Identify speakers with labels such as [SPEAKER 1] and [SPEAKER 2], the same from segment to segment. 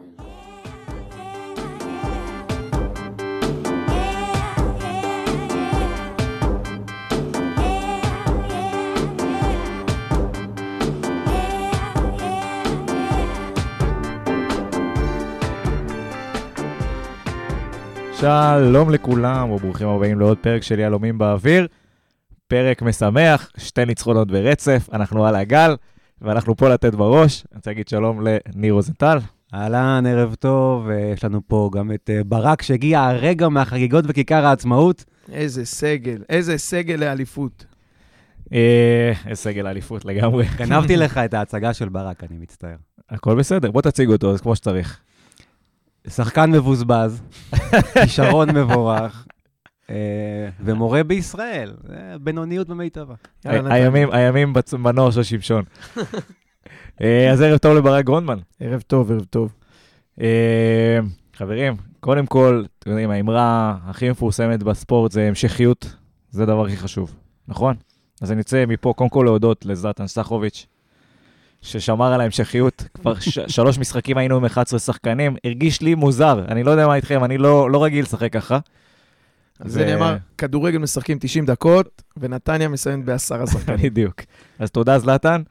[SPEAKER 1] שלום לכולם וברוכים הבאים לעוד פרק של יהלומים באוויר. פרק משמח, 2 ניצחונות ברצף, אנחנו על הגל ואנחנו פה לתת בראש. אני רוצה להגיד שלום לניר רוזנטל.
[SPEAKER 2] אהלן, ערב טוב, יש לנו פה גם את ברק שהגיע הרגע מהחגיגות בכיכר העצמאות.
[SPEAKER 3] איזה סגל לאליפות.
[SPEAKER 1] איזה סגל לאליפות לגמרי.
[SPEAKER 2] גנבתי לך את ההצגה של ברק, אני מצטער.
[SPEAKER 1] הכל בסדר, בוא תציג אותו, אז כמו שצריך.
[SPEAKER 2] שחקן מבוזבז, כישרון מבורך, ומורה בישראל. בינוניות במיטבה.
[SPEAKER 1] הימים בנוער של שמשון. אז ערב טוב לברק גרונדמן.
[SPEAKER 3] ערב טוב, ערב טוב.
[SPEAKER 1] חברים, קודם כל, אתם יודעים, האמרה הכי מפורסמת בספורט זה המשכיות. זה הדבר הכי חשוב, נכון? אז אני רוצה מפה קודם כל להודות לזלטן סטחוביץ', ששמר על ההמשכיות. כבר 3 משחקים היינו עם 11 שחקנים. הרגיש לי מוזר. אני לא יודע מה איתכם, אני לא רגיל לשחק ככה.
[SPEAKER 3] זה נאמר, כדורגל משחקים 90 דקות, ונתניה מסיימת ב10 שחקנים.
[SPEAKER 1] בדיוק. אז תודה זלטן.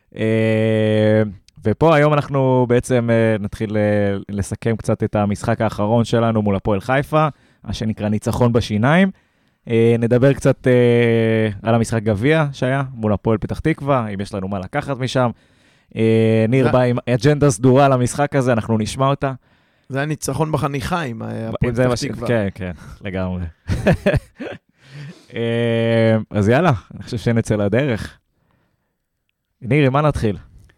[SPEAKER 1] ופה היום אנחנו בעצם נתחיל לסכם קצת את המשחק האחרון שלנו מול הפועל חיפה, מה שנקרא ניצחון בשיניים. נדבר קצת על המשחק גביע שהיה מול הפועל פתח תקווה, אם יש לנו מה לקחת משם. ניר בא עם אג'נדה סדורה למשחק הזה, אנחנו נשמע אותה.
[SPEAKER 3] זה היה ניצחון בחניכה עם הפועל פתח תקווה.
[SPEAKER 1] כן, כן, לגמרי. אז יאללה, אני חושב שנצא לדרך. ניר, מה נתחיל?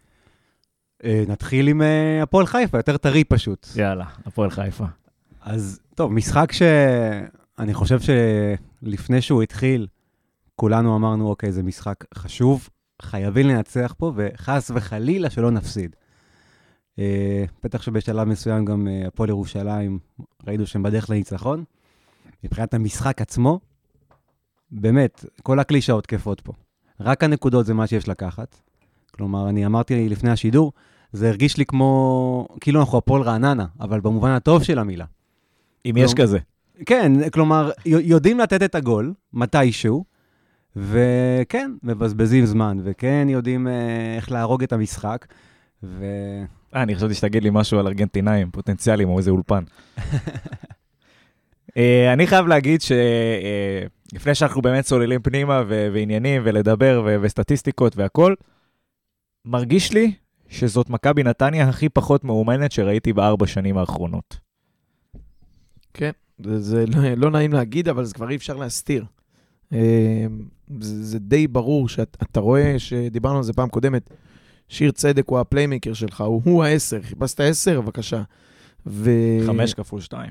[SPEAKER 2] נתחיל עם הפועל חיפה, יותר טרי פשוט.
[SPEAKER 1] יאללה, הפועל חיפה.
[SPEAKER 2] אז טוב, משחק שאני חושב שלפני שהוא התחיל, כולנו אמרנו, אוקיי, זה משחק חשוב, חייבים לנצח פה, וחס וחלילה שלא נפסיד. בטח שבשלב מסוים גם הפועל ירושלים, ראינו שהם בדרך לניצחון. מבחינת המשחק עצמו, באמת, כל הקלישאות תקפות פה. רק הנקודות זה מה שיש לקחת. כלומר, אני אמרתי לפני השידור, זה הרגיש לי כמו, כאילו אנחנו הפועל רעננה, אבל במובן הטוב של המילה.
[SPEAKER 1] אם יש כזה.
[SPEAKER 2] כן, כלומר, יודעים לתת את הגול, מתישהו, וכן, מבזבזים זמן, וכן יודעים איך להרוג את המשחק,
[SPEAKER 1] אני חשבתי שתגיד לי משהו על ארגנטינאים, פוטנציאלים או איזה אולפן. אני חייב להגיד שלפני שאנחנו באמת צוללים פנימה ועניינים ולדבר וסטטיסטיקות והכל, מרגיש לי שזאת מכבי נתניה הכי פחות מאומנת שראיתי ב4 שנים האחרונות.
[SPEAKER 3] כן, זה לא נעים להגיד, אבל זה כבר אי אפשר להסתיר. זה די ברור שאתה רואה שדיברנו על זה פעם קודמת, שיר צדק הוא הפליימקר שלך, הוא ה10, חיפשת 10, בבקשה.
[SPEAKER 1] 5 כפול 2.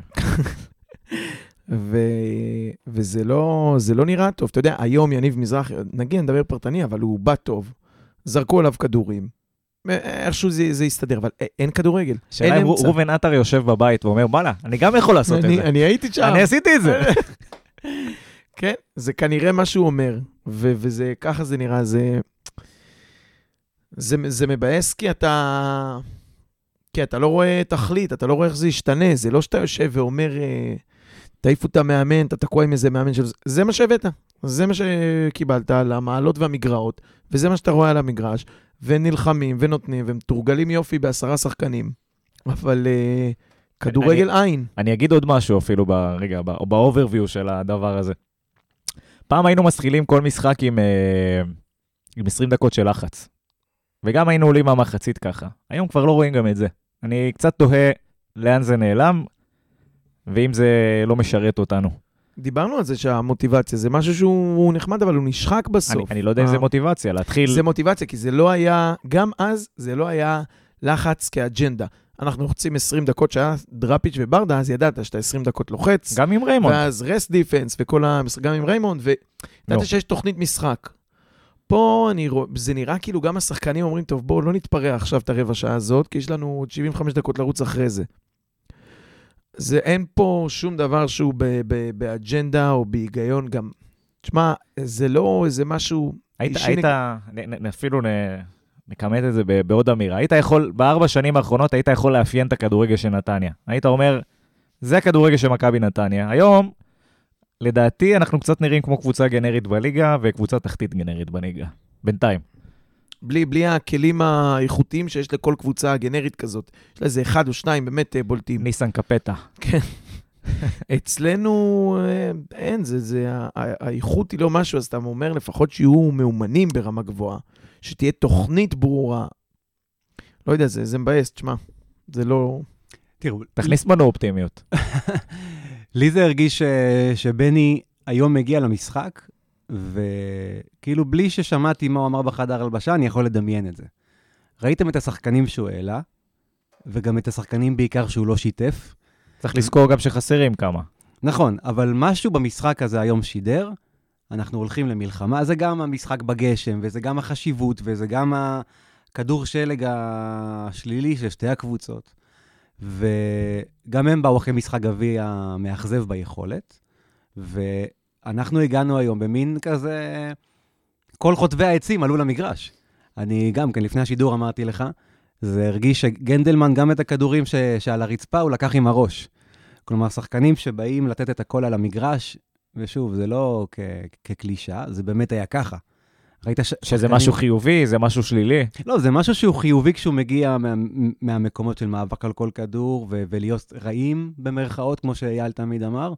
[SPEAKER 3] וזה לא נראה טוב. אתה יודע, היום יניב מזרח, נגיד נדבר פרטני, אבל הוא בא טוב. זרקו עליו כדורים. איכשהו זה יסתדר, אבל אין כדורגל.
[SPEAKER 1] שאלה אם רובן עטר יושב בבית ואומר, בואלה, אני גם יכול לעשות את זה.
[SPEAKER 3] אני הייתי שם.
[SPEAKER 1] אני עשיתי את זה.
[SPEAKER 3] כן, זה כנראה מה שהוא אומר, וזה, ככה זה נראה, זה מבאס כי אתה לא רואה תכלית, אתה לא רואה איך זה ישתנה, זה לא שאתה יושב ואומר, תעיפו את המאמן, אתה תקוע עם איזה מאמן של זה מה שהבאת, זה מה שקיבלת על המעלות והמגרעות, וזה מה שאתה רואה על המגרש, ונלחמים ונותנים, ומתורגלים יופי ב10 שחקנים, אבל כדורגל עין.
[SPEAKER 1] אני אגיד עוד משהו אפילו באוברוויו של הדבר הזה. פעם היינו מסחילים כל משחק עם 20 דקות של לחץ. וגם היינו עולים מהמחצית ככה. היום כבר לא רואים גם את זה. אני קצת תוהה לאן זה נעלם, ואם זה לא משרת אותנו.
[SPEAKER 3] דיברנו על זה שהמוטיבציה זה משהו שהוא נחמד, אבל הוא נשחק בסוף.
[SPEAKER 1] אני לא יודע אם זה מוטיבציה, להתחיל...
[SPEAKER 3] זה מוטיבציה, כי זה לא היה, גם אז זה לא היה לחץ כאג'נדה. אנחנו לוחצים 20 דקות שהיה דראפיץ' וברדה, אז ידעת שאתה 20 דקות לוחץ.
[SPEAKER 1] גם עם ריימונד.
[SPEAKER 3] ואז רסט דיפנס וכל המשחק, גם עם ריימונד, וידעת שיש תוכנית משחק. פה זה נראה כאילו גם השחקנים אומרים, טוב, בואו לא נתפרע עכשיו את הרבע שעה הזאת, כי יש לנו עוד 75 דקות לרוץ אחרי זה. אין פה שום דבר שהוא באג'נדה או בהיגיון גם. תשמע, זה לא איזה משהו...
[SPEAKER 1] היית, אפילו נכמת את זה בעוד אמירה, היית יכול, ב4 שנים האחרונות היית יכול לאפיין את הכדורגל של נתניה. היית אומר, זה הכדורגל של מכבי נתניה. היום, לדעתי, אנחנו קצת נראים כמו קבוצה גנרית בליגה, וקבוצה תחתית גנרית בליגה. בינתיים.
[SPEAKER 3] בלי הכלים האיכותיים שיש לכל קבוצה גנרית כזאת. יש לה איזה 1 או 2 באמת בולטים.
[SPEAKER 1] ניסן קפטה.
[SPEAKER 3] כן. אצלנו אין, האיכות היא לא משהו, אז אתה אומר לפחות שיהיו מאומנים ברמה גבוהה, שתהיה תוכנית ברורה. לא יודע, זה מבאס, תשמע, זה לא...
[SPEAKER 2] תראו,
[SPEAKER 1] תכניס בנו אופטימיות.
[SPEAKER 2] לי זה הרגיש שבני היום מגיע למשחק, וכאילו בלי ששמעתי מה הוא אמר בחדר הלבשה, אני יכול לדמיין את זה. ראיתם את השחקנים שהוא העלה, וגם את השחקנים בעיקר שהוא לא שיתף.
[SPEAKER 1] צריך לזכור גם שחסרים כמה.
[SPEAKER 2] נכון, אבל משהו במשחק הזה היום שידר, אנחנו הולכים למלחמה, זה גם המשחק בגשם, וזה גם החשיבות, וזה גם הכדור שלג השלילי של שתי הקבוצות. וגם הם באו אחרי משחק גביע מאכזב ביכולת, ואנחנו הגענו היום במין כזה, כל חוטבי העצים עלו למגרש. אני גם כן, לפני השידור אמרתי לך, זה הרגיש שגנדלמן גם את הכדורים שעל הרצפה הוא לקח עם הראש. כלומר, שחקנים שבאים לתת את הכל על המגרש, ושוב, זה לא כקלישה, זה באמת היה ככה. ראית
[SPEAKER 1] שזה משהו חיובי, זה משהו שלילי?
[SPEAKER 2] לא, זה משהו שהוא חיובי כשהוא מגיע מהמקומות של מאבק על כל כדור, ולהיות רעים במרכאות, כמו שאייל תמיד אמר.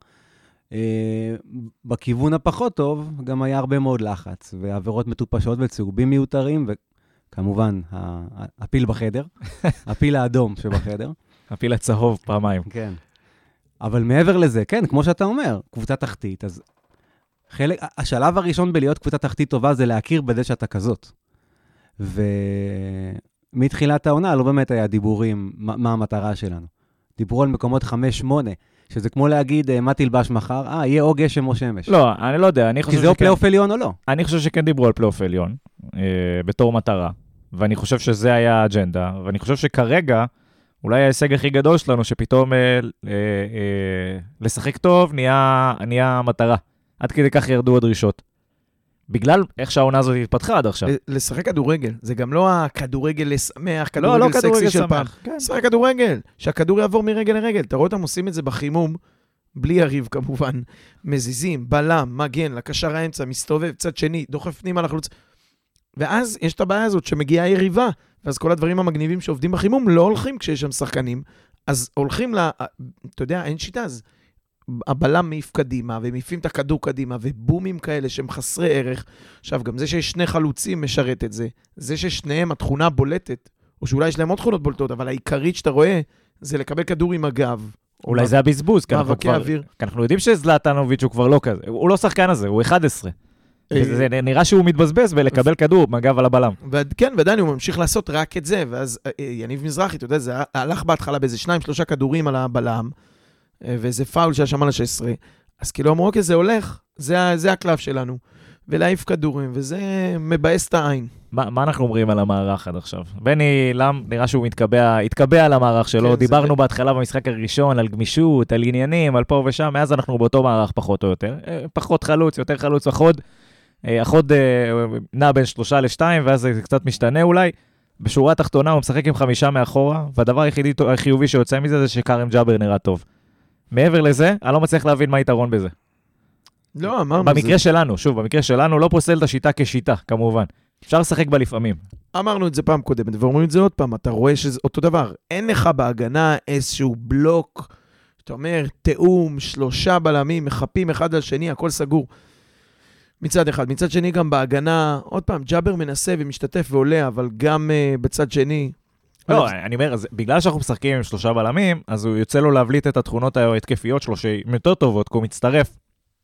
[SPEAKER 2] בכיוון הפחות טוב, גם היה הרבה מאוד לחץ, ועבירות מטופשות וצהובים מיותרים, וכמובן, הפיל בחדר, הפיל האדום שבחדר.
[SPEAKER 1] הפיל הצהוב פעמיים.
[SPEAKER 2] כן. אבל מעבר לזה, כן, כמו שאתה אומר, קבוצה תחתית, אז השלב הראשון בלהיות קבוצה תחתית טובה זה להכיר בזה שאתה כזאת. ומתחילת העונה לא באמת היה דיבורים מה המטרה שלנו. דיברו על מקומות 5-8, שזה כמו להגיד מה תלבש מחר, יהיה או גשם או שמש.
[SPEAKER 1] לא, אני לא יודע.
[SPEAKER 2] כי זה או פלייאוף עליון או לא.
[SPEAKER 1] אני חושב שכן דיברו על פלייאוף עליון, בתור מטרה, ואני חושב שזה היה האג'נדה, ואני חושב שכרגע, אולי ההישג הכי גדול שלנו, שפתאום לשחק טוב נהיה מטרה. עד כדי כך ירדו הדרישות. בגלל איך שהעונה הזאת התפתחה עד עכשיו.
[SPEAKER 3] לשחק כדורגל. זה גם לא הכדורגל לשמח, כדורגל סקסי של פעם. לשחק כדורגל. שהכדור יעבור מרגל לרגל. אתה רואה אותם עושים את זה בחימום, בלי יריב כמובן. מזיזים, בלם, מגן, לקשר האמצע, מסתובב, צד שני, דוחף פנימה לחלוץ. ואז יש את הבעיה הזאת שמגיעה יריבה, ואז כל הדברים המגניבים שעובדים בחימום לא הולכים כשיש שם שחקנים. אז הולכים אתה יודע, אין שיטה, אז הבלם מעיף קדימה, ומעיפים את הכדור קדימה, ובומים כאלה שהם חסרי ערך. עכשיו, גם זה שיש 2 חלוצים משרת את זה, זה ששניהם התכונה בולטת, או שאולי יש להם עוד תכונות בולטות, אבל העיקרית שאתה רואה, זה לקבל כדור עם הגב.
[SPEAKER 1] אולי זה הבזבוז, כי אנחנו יודעים שזלטנוביץ' הוא כבר לא כזה, הוא לא שחקן הזה, הוא 11. זה נראה שהוא מתבזבז ולקבל כדור מגב על הבלם.
[SPEAKER 3] כן, ודני, הוא ממשיך לעשות רק את זה, ואז יניב מזרחי, אתה יודע, זה הלך בהתחלה באיזה 2-3 כדורים על הבלם, וזה פאול שהיה שם על ה-16, אז כאילו אמרו, אוקיי, זה הולך, זה הקלף שלנו, ולהעיף כדורים, וזה מבאס את העין.
[SPEAKER 1] מה אנחנו אומרים על המערך עד עכשיו? בני לם, נראה שהוא התקבע על המערך שלו, דיברנו בהתחלה במשחק הראשון, על גמישות, על עניינים, על פה ושם, מאז אנחנו באותו מערך פחות או יותר, פחות חלוץ, יותר חלוץ, החוד נע בין 3 ל-2, ואז זה קצת משתנה אולי, בשורה התחתונה הוא משחק עם 5 מאחורה, והדבר היחידי החיובי שיוצא מזה זה שקרם ג'אבר נראה טוב. מעבר לזה, אני לא מצליח להבין מה היתרון בזה.
[SPEAKER 3] לא, אמרנו
[SPEAKER 1] במקרה שלנו, שוב, במקרה שלנו לא פוסל את השיטה כשיטה, כמובן. אפשר לשחק בה לפעמים.
[SPEAKER 3] אמרנו את זה פעם קודמת, ואומרים את זה עוד פעם, אתה רואה שזה אותו דבר. אין לך בהגנה איזשהו בלוק, אתה אומר, תאום, 3 בלמים, מחפים אחד על שני, הכל סגור. מצד אחד. מצד שני גם בהגנה, עוד פעם, ג'אבר מנסה ומשתתף ועולה, אבל גם בצד שני...
[SPEAKER 1] לא, אני אומר, בגלל שאנחנו משחקים עם 3 בלמים, אז הוא יוצא לו להבליט את התכונות ההתקפיות שלו, שהן יותר טובות, כי הוא מצטרף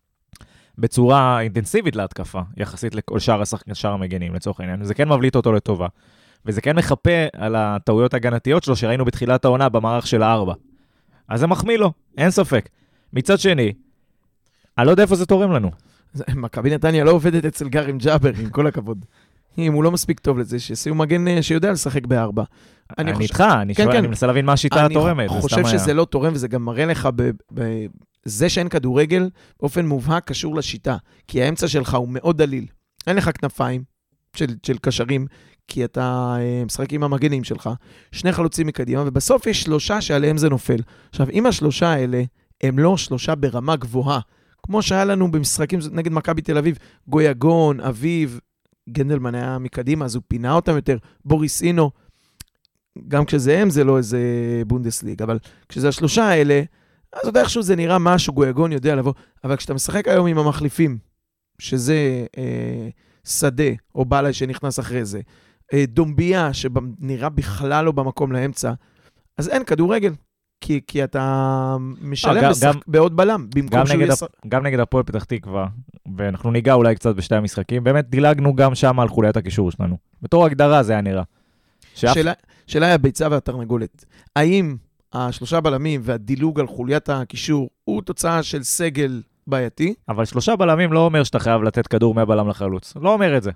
[SPEAKER 1] בצורה אינטנסיבית להתקפה, יחסית לכל שאר המגנים, לצורך העניין. זה כן מבליט אותו לטובה, וזה כן מחפה על הטעויות הגנתיות שלו, שראינו בתחילת העונה במערך של 4. אז זה מחמיא לו, אין ספק. מצד שני, אני לא יודע איפה זה תורם לנו.
[SPEAKER 3] מכבי נתניה לא עובדת אצל גרם ג'אבר, עם כל הכבוד. אם הוא לא מספיק טוב לזה, שישימו מגן שיודע לשחק ב4.
[SPEAKER 1] אני איתך, אני מנסה להבין מה השיטה התורמת.
[SPEAKER 3] אני חושב שזה לא תורם, וזה גם מראה לך, זה שאין כדורגל, באופן מובהק קשור לשיטה, כי האמצע שלך הוא מאוד דליל. אין לך כנפיים של קשרים, כי אתה משחק עם המגנים שלך, 2 חלוצים מקדימה, ובסוף יש 3 שעליהם זה נופל. עכשיו, אם ה3 האלה הם לא 3 ברמה גבוהה, כמו שהיה לנו במשחקים נגד מכבי תל אביב, גויגון, אביב, גנדלמן היה מקדימה, אז הוא פינה אותם יותר, בוריס אינו, גם כשזה הם זה לא איזה בונדסליג, אבל כשזה ה3 האלה, אז עוד איכשהו זה נראה משהו, גויגון יודע לבוא, אבל כשאתה משחק היום עם המחליפים, שזה שדה או בלעי שנכנס אחרי זה, דומביה שנראה בכלל לא במקום לאמצע, אז אין כדורגל, כי אתה משלם בעוד בלם,
[SPEAKER 1] גם נגד הפועל פתח תקווה, ואנחנו ניגע אולי קצת בשתי המשחקים, באמת דילגנו גם שם על חוליית הקישור שלנו. בתור הגדרה זה היה נראה.
[SPEAKER 3] שאלה היא הביצה והתרנגולת. האם 3 בלמים והדילוג על חוליית הקישור הוא תוצאה של סגל בעייתי?
[SPEAKER 1] אבל 3 בלמים לא אומר שאתה חייב לתת כדור מהבלם לחלוץ. לא אומר את זה.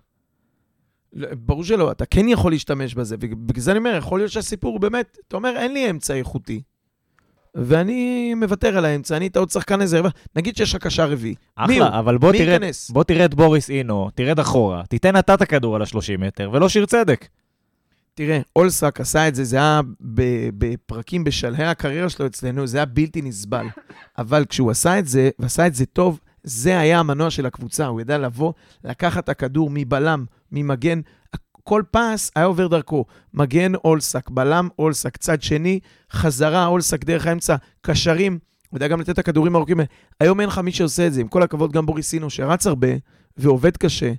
[SPEAKER 3] ברור שלא, אתה כן יכול להשתמש בזה, ובגלל זה אני אומר, יכול להיות שהסיפור באמת, אתה אומר, אין לי אמצע איכותי, ואני מוותר על האמצע, אני עוד שחקן איזה, נגיד שיש לך קשר רביעי.
[SPEAKER 1] אחלה, אבל בוא תראה את בוריס אינו, תרד אחורה, תיתן אתה את הכדור על ה-30 מטר, ולא שיר צדק.
[SPEAKER 3] תראה, אולסק עשה את זה, זה היה בפרקים בשלהי הקריירה שלו אצלנו, זה היה בלתי נסבל. אבל כשהוא עשה את זה, ועשה את זה טוב, זה היה המנוע של הקבוצה. הוא ידע לבוא, לקחת הכדור מבלם, ממגן, כל פס היה עובר דרכו. מגן אולסק, בלם אולסק, צד שני, חזרה אולסק דרך האמצע, קשרים, הוא יודע גם לתת את הכדורים הארוכים. היום אין לך מי שעושה את זה, עם כל הכבוד גם בוריסינו, שרץ הרבה ועובד קשה.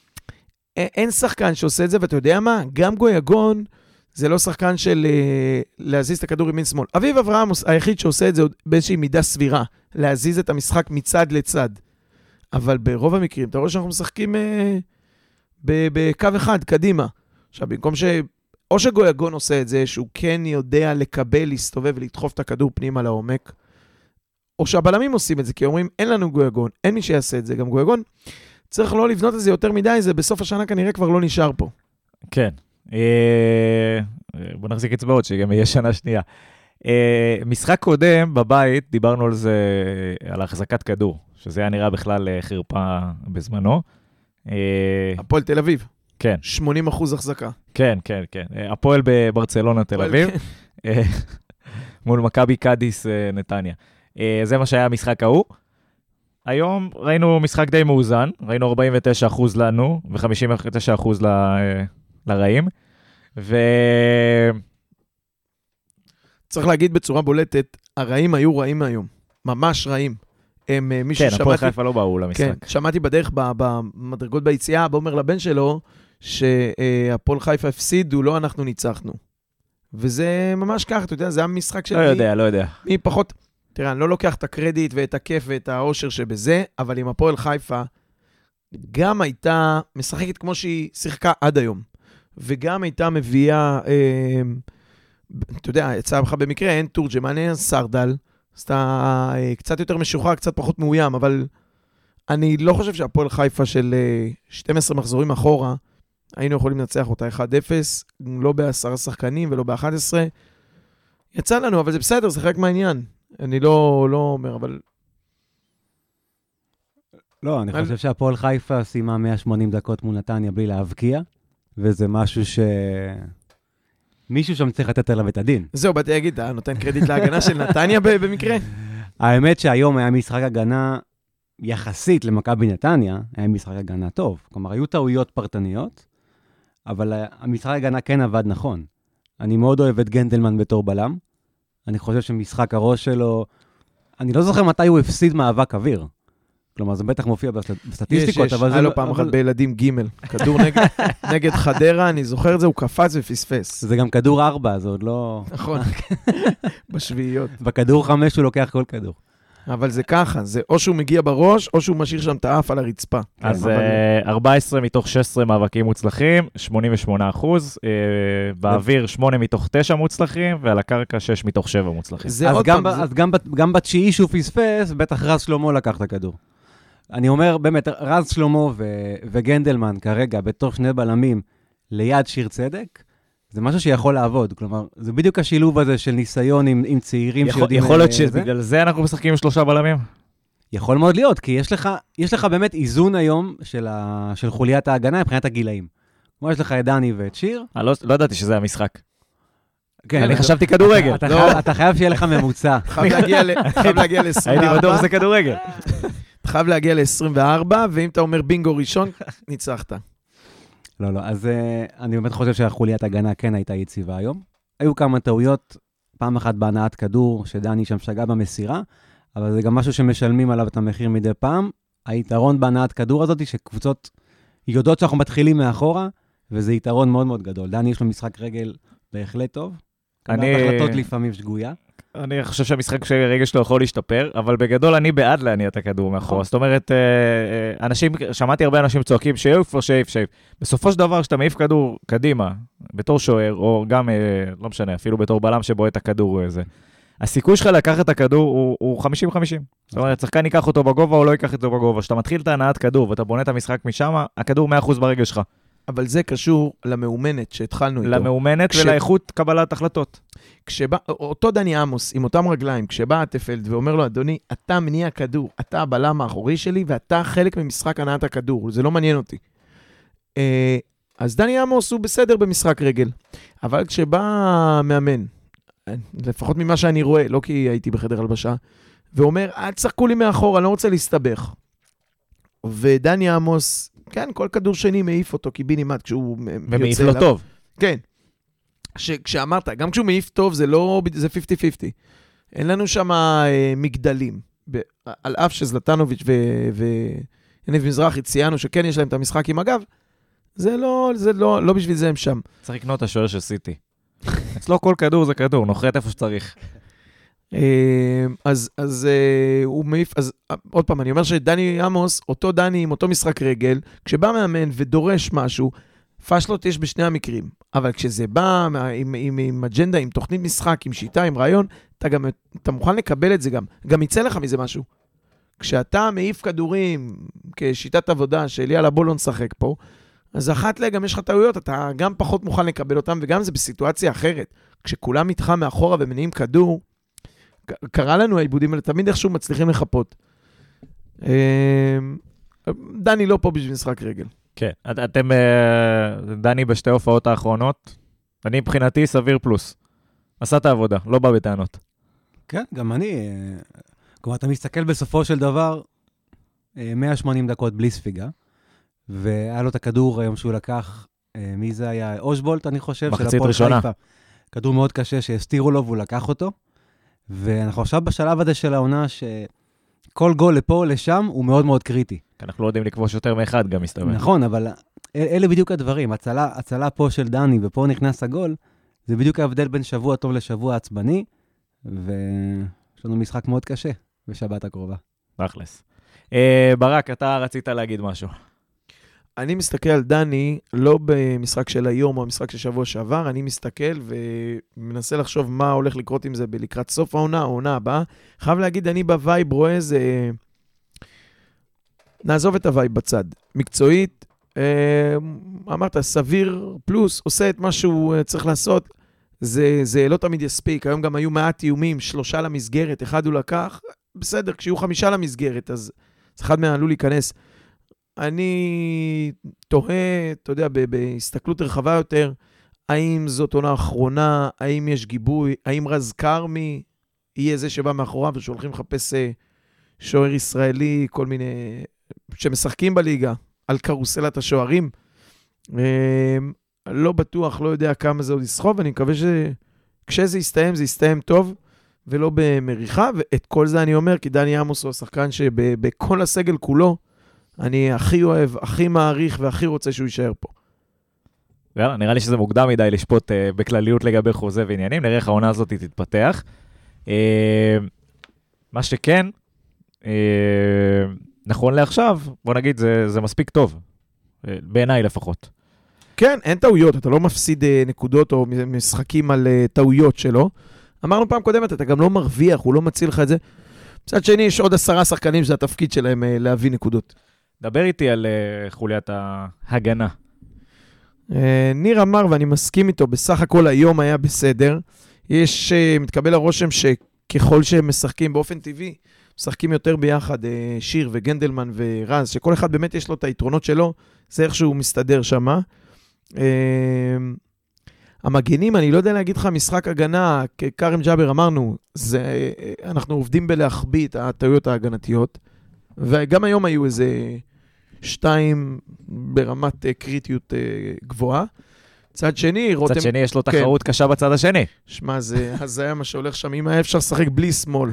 [SPEAKER 3] אין שחקן שעושה את זה, ואתה יודע מה? גם גויגון זה לא שחקן של להזיז את הכדור ימין שמאל. אביב אברהם היחיד שעושה את זה באיזושהי מידה סבירה, להזיז את המשחק מצד לצד. אבל ברוב המקרים, אתה רואה שאנחנו משחקים בקו אחד, קדימה. עכשיו, במקום או שגויגון עושה את זה, שהוא כן יודע לקבל, להסתובב ולדחוף את הכדור פנימה לעומק, או שהבלמים עושים את זה, כי אומרים, אין לנו גויגון, אין מי שיעשה את זה. גם גויגון צריך לא לבנות את זה יותר מדי, זה בסוף השנה כנראה כבר לא נשאר פה.
[SPEAKER 1] כן. בוא נחזיק אצבעות, שגם יהיה שנה שנייה. משחק קודם בבית, דיברנו על זה, על החזקת כדור, שזה היה נראה בכלל חרפה בזמנו.
[SPEAKER 3] הפועל תל אביב.
[SPEAKER 1] כן.
[SPEAKER 3] 80% החזקה.
[SPEAKER 1] כן, כן, כן. הפועל בברצלונה תל אביב. מול מכבי קאדיס נתניה. זה מה שהיה המשחק ההוא. היום ראינו משחק די מאוזן, ראינו 49% לנו ו-59% לרעים,
[SPEAKER 3] צריך להגיד בצורה בולטת, הרעים היו רעים היום, ממש רעים.
[SPEAKER 1] כן, הפועל חיפה לא באו למשחק.
[SPEAKER 3] כן, שמעתי בדרך במדרגות ביציאה, אומר לבן שלו, שהפועל חיפה הפסידו, לא אנחנו ניצחנו. וזה ממש ככה, אתה יודע, זה המשחק של
[SPEAKER 1] לא יודע.
[SPEAKER 3] מי פחות... תראה, אני לא לוקח את הקרדיט ואת הכיף ואת האושר שבזה, אבל עם הפועל חיפה גם הייתה משחקת כמו שהיא שיחקה עד היום. וגם הייתה מביאה, אתה יודע, יצאה לך במקרה, אין תורג'מן, אין סרדל, אז אתה קצת יותר משוחרר, קצת פחות מאוים, אבל אני לא חושב שהפועל חיפה של 12 מחזורים אחורה, היינו יכולים לנצח אותה 1-0, לא ב10 שחקנים ולא ב11. יצא לנו, אבל זה בסדר, זה חלק מהעניין. אני לא אומר, אבל...
[SPEAKER 2] לא, אני חושב שהפועל חיפה סיימה 180 דקות מול נתניה בלי להבקיע, וזה משהו מישהו שם צריך לתת עליו את הדין.
[SPEAKER 3] זהו, באתי להגיד, אתה נותן קרדיט להגנה של נתניה במקרה?
[SPEAKER 2] האמת שהיום היה משחק הגנה יחסית למכבי נתניה, היה משחק הגנה טוב. כלומר, היו טעויות פרטניות, אבל המשחק הגנה כן עבד נכון. אני מאוד אוהב את גנדלמן בתור בלם. אני חושב שמשחק הראש שלו, אני לא זוכר מתי הוא הפסיד מאבק אוויר. כלומר, זה בטח מופיע בסטטיסטיקות, אבל זה...
[SPEAKER 3] היה לו פעם אחת בילדים ג' כדור נגד חדרה, אני זוכר את זה, הוא קפץ ופספס.
[SPEAKER 2] זה גם כדור 4, זה עוד לא...
[SPEAKER 3] נכון, בשביעיות.
[SPEAKER 2] בכדור 5 הוא לוקח כל כדור.
[SPEAKER 3] אבל זה ככה, זה או שהוא מגיע בראש, או שהוא משאיר שם את האף על הרצפה.
[SPEAKER 1] אז 14 מתוך 16 מאבקים מוצלחים, 88%, באוויר 8 מתוך 9 מוצלחים, ועל הקרקע 6 מתוך 7 מוצלחים.
[SPEAKER 2] אז גם בתשיעי שהוא פספס, בטח רז שלמה לקח את הכדור. אני אומר, באמת, רז שלמה וגנדלמן כרגע, בתור 2 בלמים, ליד שיר צדק, זה משהו שיכול לעבוד, כלומר, זה בדיוק השילוב הזה של ניסיון עם צעירים שיודעים...
[SPEAKER 1] יכול להיות שבגלל זה אנחנו משחקים עם 3 בלמים?
[SPEAKER 2] יכול מאוד להיות, כי יש לך באמת איזון היום של חוליית ההגנה מבחינת הגילאים. כמו יש לך את דני ואת שיר.
[SPEAKER 1] לא ידעתי שזה המשחק.
[SPEAKER 2] כן,
[SPEAKER 1] אני חשבתי כדורגל.
[SPEAKER 2] אתה חייב שיהיה לך ממוצע.
[SPEAKER 3] חייב להגיע ל-24.
[SPEAKER 1] הייתי בטוח שזה כדורגל.
[SPEAKER 3] אתה חייב להגיע ל-24, ואם אתה אומר בינגו ראשון, ניצחת.
[SPEAKER 2] לא, אז אני באמת חושב שהחוליית הגנה כן הייתה יציבה היום. היו כמה טעויות, פעם אחת בהנעת כדור, שדני שם שגה במסירה, אבל זה גם משהו שמשלמים עליו את המחיר מדי פעם. היתרון בהנעת כדור הזאת, שקבוצות יודעות שאנחנו מתחילים מאחורה, וזה יתרון מאוד מאוד גדול. דני יש לו משחק רגל בהחלט טוב. החלטות לפעמים שגויה.
[SPEAKER 1] אני חושב שהמשחק רגע שלו יכול להשתפר, אבל בגדול אני בעד להניע את הכדור מאחורה. זאת אומרת, שמעתי הרבה אנשים צועקים שייף או שייף. בסופו של דבר, שאתה מעיף כדור קדימה, בתור שוער, או גם, לא משנה, אפילו בתור בלם שבועט את הכדור, הסיכוי שלך לקחת את הכדור הוא 50-50. זאת אומרת, שחקן ייקח אותו בגובה או לא ייקח אותו בגובה. כשאתה מתחיל את הנעת כדור ואתה בונה את המשחק משם, הכדור 100% ברגל שלך.
[SPEAKER 3] אבל זה קשור למאומנת שהתחלנו איתו.
[SPEAKER 1] למאומנת ולאיכות קבלת החלטות.
[SPEAKER 3] אותו דני עמוס, עם אותם רגליים, כשבא אטפלד ואומר לו, אדוני, אתה מניע כדור, אתה הבלם האחורי שלי, ואתה חלק ממשחק הנעת הכדור, זה לא מעניין אותי. אז דני עמוס הוא בסדר במשחק רגל. אבל כשבא מאמן, לפחות ממה שאני רואה, לא כי הייתי בחדר הלבשה, ואומר, אל תשחקו לי מאחור, אני לא רוצה להסתבך. ודני עמוס, כן, כל כדור שני מעיף אותו קיבינימט כשהוא
[SPEAKER 1] ומעיף לו טוב.
[SPEAKER 3] כן. כשאמרת, גם כשהוא מעיף טוב, זה לא, זה 50-50. אין לנו שם מגדלים. על אף שזלטנוביץ' ויניב מזרחי ציינו שכן יש להם את המשחק עם הגב, זה לא בשביל זה הם שם.
[SPEAKER 1] צריך לקנות את השוער של סיטי. אצלו כל כדור זה כדור, נוחת איפה שצריך.
[SPEAKER 3] אז הוא מעיף, אז עוד פעם, אני אומר שדני עמוס, אותו דני עם אותו משחק רגל, כשבא מאמן ודורש משהו, פשלות יש בשני המקרים, אבל כשזה בא עם אג'נדה, עם תוכנית משחק, עם שיטה, עם רעיון, אתה מוכן לקבל את זה גם יצא לך מזה משהו. כשאתה מעיף כדורים כשיטת עבודה של יאללה בוא לא נשחק פה, אז אחת גם יש לך טעויות, אתה גם פחות מוכן לקבל אותם, וגם זה בסיטואציה אחרת. כשכולם איתך מאחורה ומניעים כדור, קרה לנו העיבודים האלה, תמיד איכשהו מצליחים לחפות. דני לא פה בשביל משחק רגל.
[SPEAKER 1] כן, אתם, דני בשתי הופעות האחרונות, אני מבחינתי סביר פלוס. עשה את העבודה, לא בא בטענות.
[SPEAKER 2] כן, גם אני, כלומר, אתה מסתכל בסופו של דבר, 180 דקות בלי ספיגה, והיה לו את הכדור היום שהוא לקח, מי זה היה? אושבולט, אני חושב.
[SPEAKER 1] מחצית ראשונה.
[SPEAKER 2] כדור מאוד קשה שהסתירו לו והוא לקח אותו, ואנחנו עכשיו בשלב הזה של העונה שכל גול לפה או לשם הוא מאוד מאוד קריטי.
[SPEAKER 1] אנחנו לא יודעים לכבוש יותר מאחד גם מסתבר.
[SPEAKER 2] נכון, אבל אלה בדיוק הדברים. הצלה פה של דני ופה נכנס הגול, זה בדיוק ההבדל בין שבוע טוב לשבוע עצבני, ויש לנו משחק מאוד קשה בשבת הקרובה.
[SPEAKER 1] תכלס. ברק, אתה רצית להגיד משהו.
[SPEAKER 3] אני מסתכל על דני, לא במשחק של היום או המשחק של שבוע שעבר, אני מסתכל ומנסה לחשוב מה הולך לקרות עם זה לקראת סוף העונה, העונה הבאה. חייב להגיד, אני בווייב רואה זה... נעזוב את הווייב בצד. מקצועית, אמרת, סביר פלוס, עושה את מה שהוא צריך לעשות, זה לא תמיד יספיק. היום גם היו מעט איומים, 3 למסגרת, 1 הוא לקח, בסדר, כשיהיו 5 למסגרת, אז אחד מהם עלול להיכנס. אני תוהה, אתה יודע, בהסתכלות רחבה יותר, האם זאת עונה האחרונה, האם יש גיבוי, האם רז קרמי יהיה זה שבא מאחוריו, ושהולכים לחפש שוער ישראלי, כל מיני, שמשחקים בליגה, על קרוסלת השוערים. לא בטוח, לא יודע כמה זה עוד יסחוב, ואני מקווה שכשזה יסתיים, זה יסתיים טוב, ולא במריחה, ואת כל זה אני אומר, כי דני עמוס הוא השחקן שבכל הסגל כולו, אני הכי אוהב, הכי מעריך והכי רוצה שהוא יישאר פה.
[SPEAKER 1] יאללה, נראה לי שזה מוקדם מדי לשפוט בכלליות לגבי חוזה ועניינים, נראה איך העונה הזאת תתפתח. מה שכן, נכון לעכשיו, בוא נגיד, זה מספיק טוב, בעיניי לפחות.
[SPEAKER 3] כן, אין טעויות, אתה לא מפסיד נקודות או משחקים על טעויות שלו. אמרנו פעם קודמת, אתה גם לא מרוויח, הוא לא מציל לך את זה. מצד שני, יש עוד 10 שחקנים שזה התפקיד שלהם להביא נקודות. דבר
[SPEAKER 1] איתי על חוליית ההגנה.
[SPEAKER 3] ניר אמר, ואני מסכים איתו, בסך הכל היום היה בסדר. יש, מתקבל הרושם שככל שהם משחקים באופן טבעי, משחקים יותר ביחד, שיר וגנדלמן ורז, שכל אחד באמת יש לו את היתרונות שלו, זה איך שהוא מסתדר שמה. המגנים, אני לא יודע להגיד לך, משחק הגנה, כקרם ג'אבר אמרנו, אנחנו עובדים בלהחביא את הטעויות ההגנתיות, וגם היום היו איזה 2 ברמת קריטיות גבוהה. צד שני, רותם...
[SPEAKER 1] צד שני יש לו תחרות קשה בצד השני.
[SPEAKER 3] שמע, זה היה מה שהולך שם, אם היה אפשר לשחק בלי שמאל.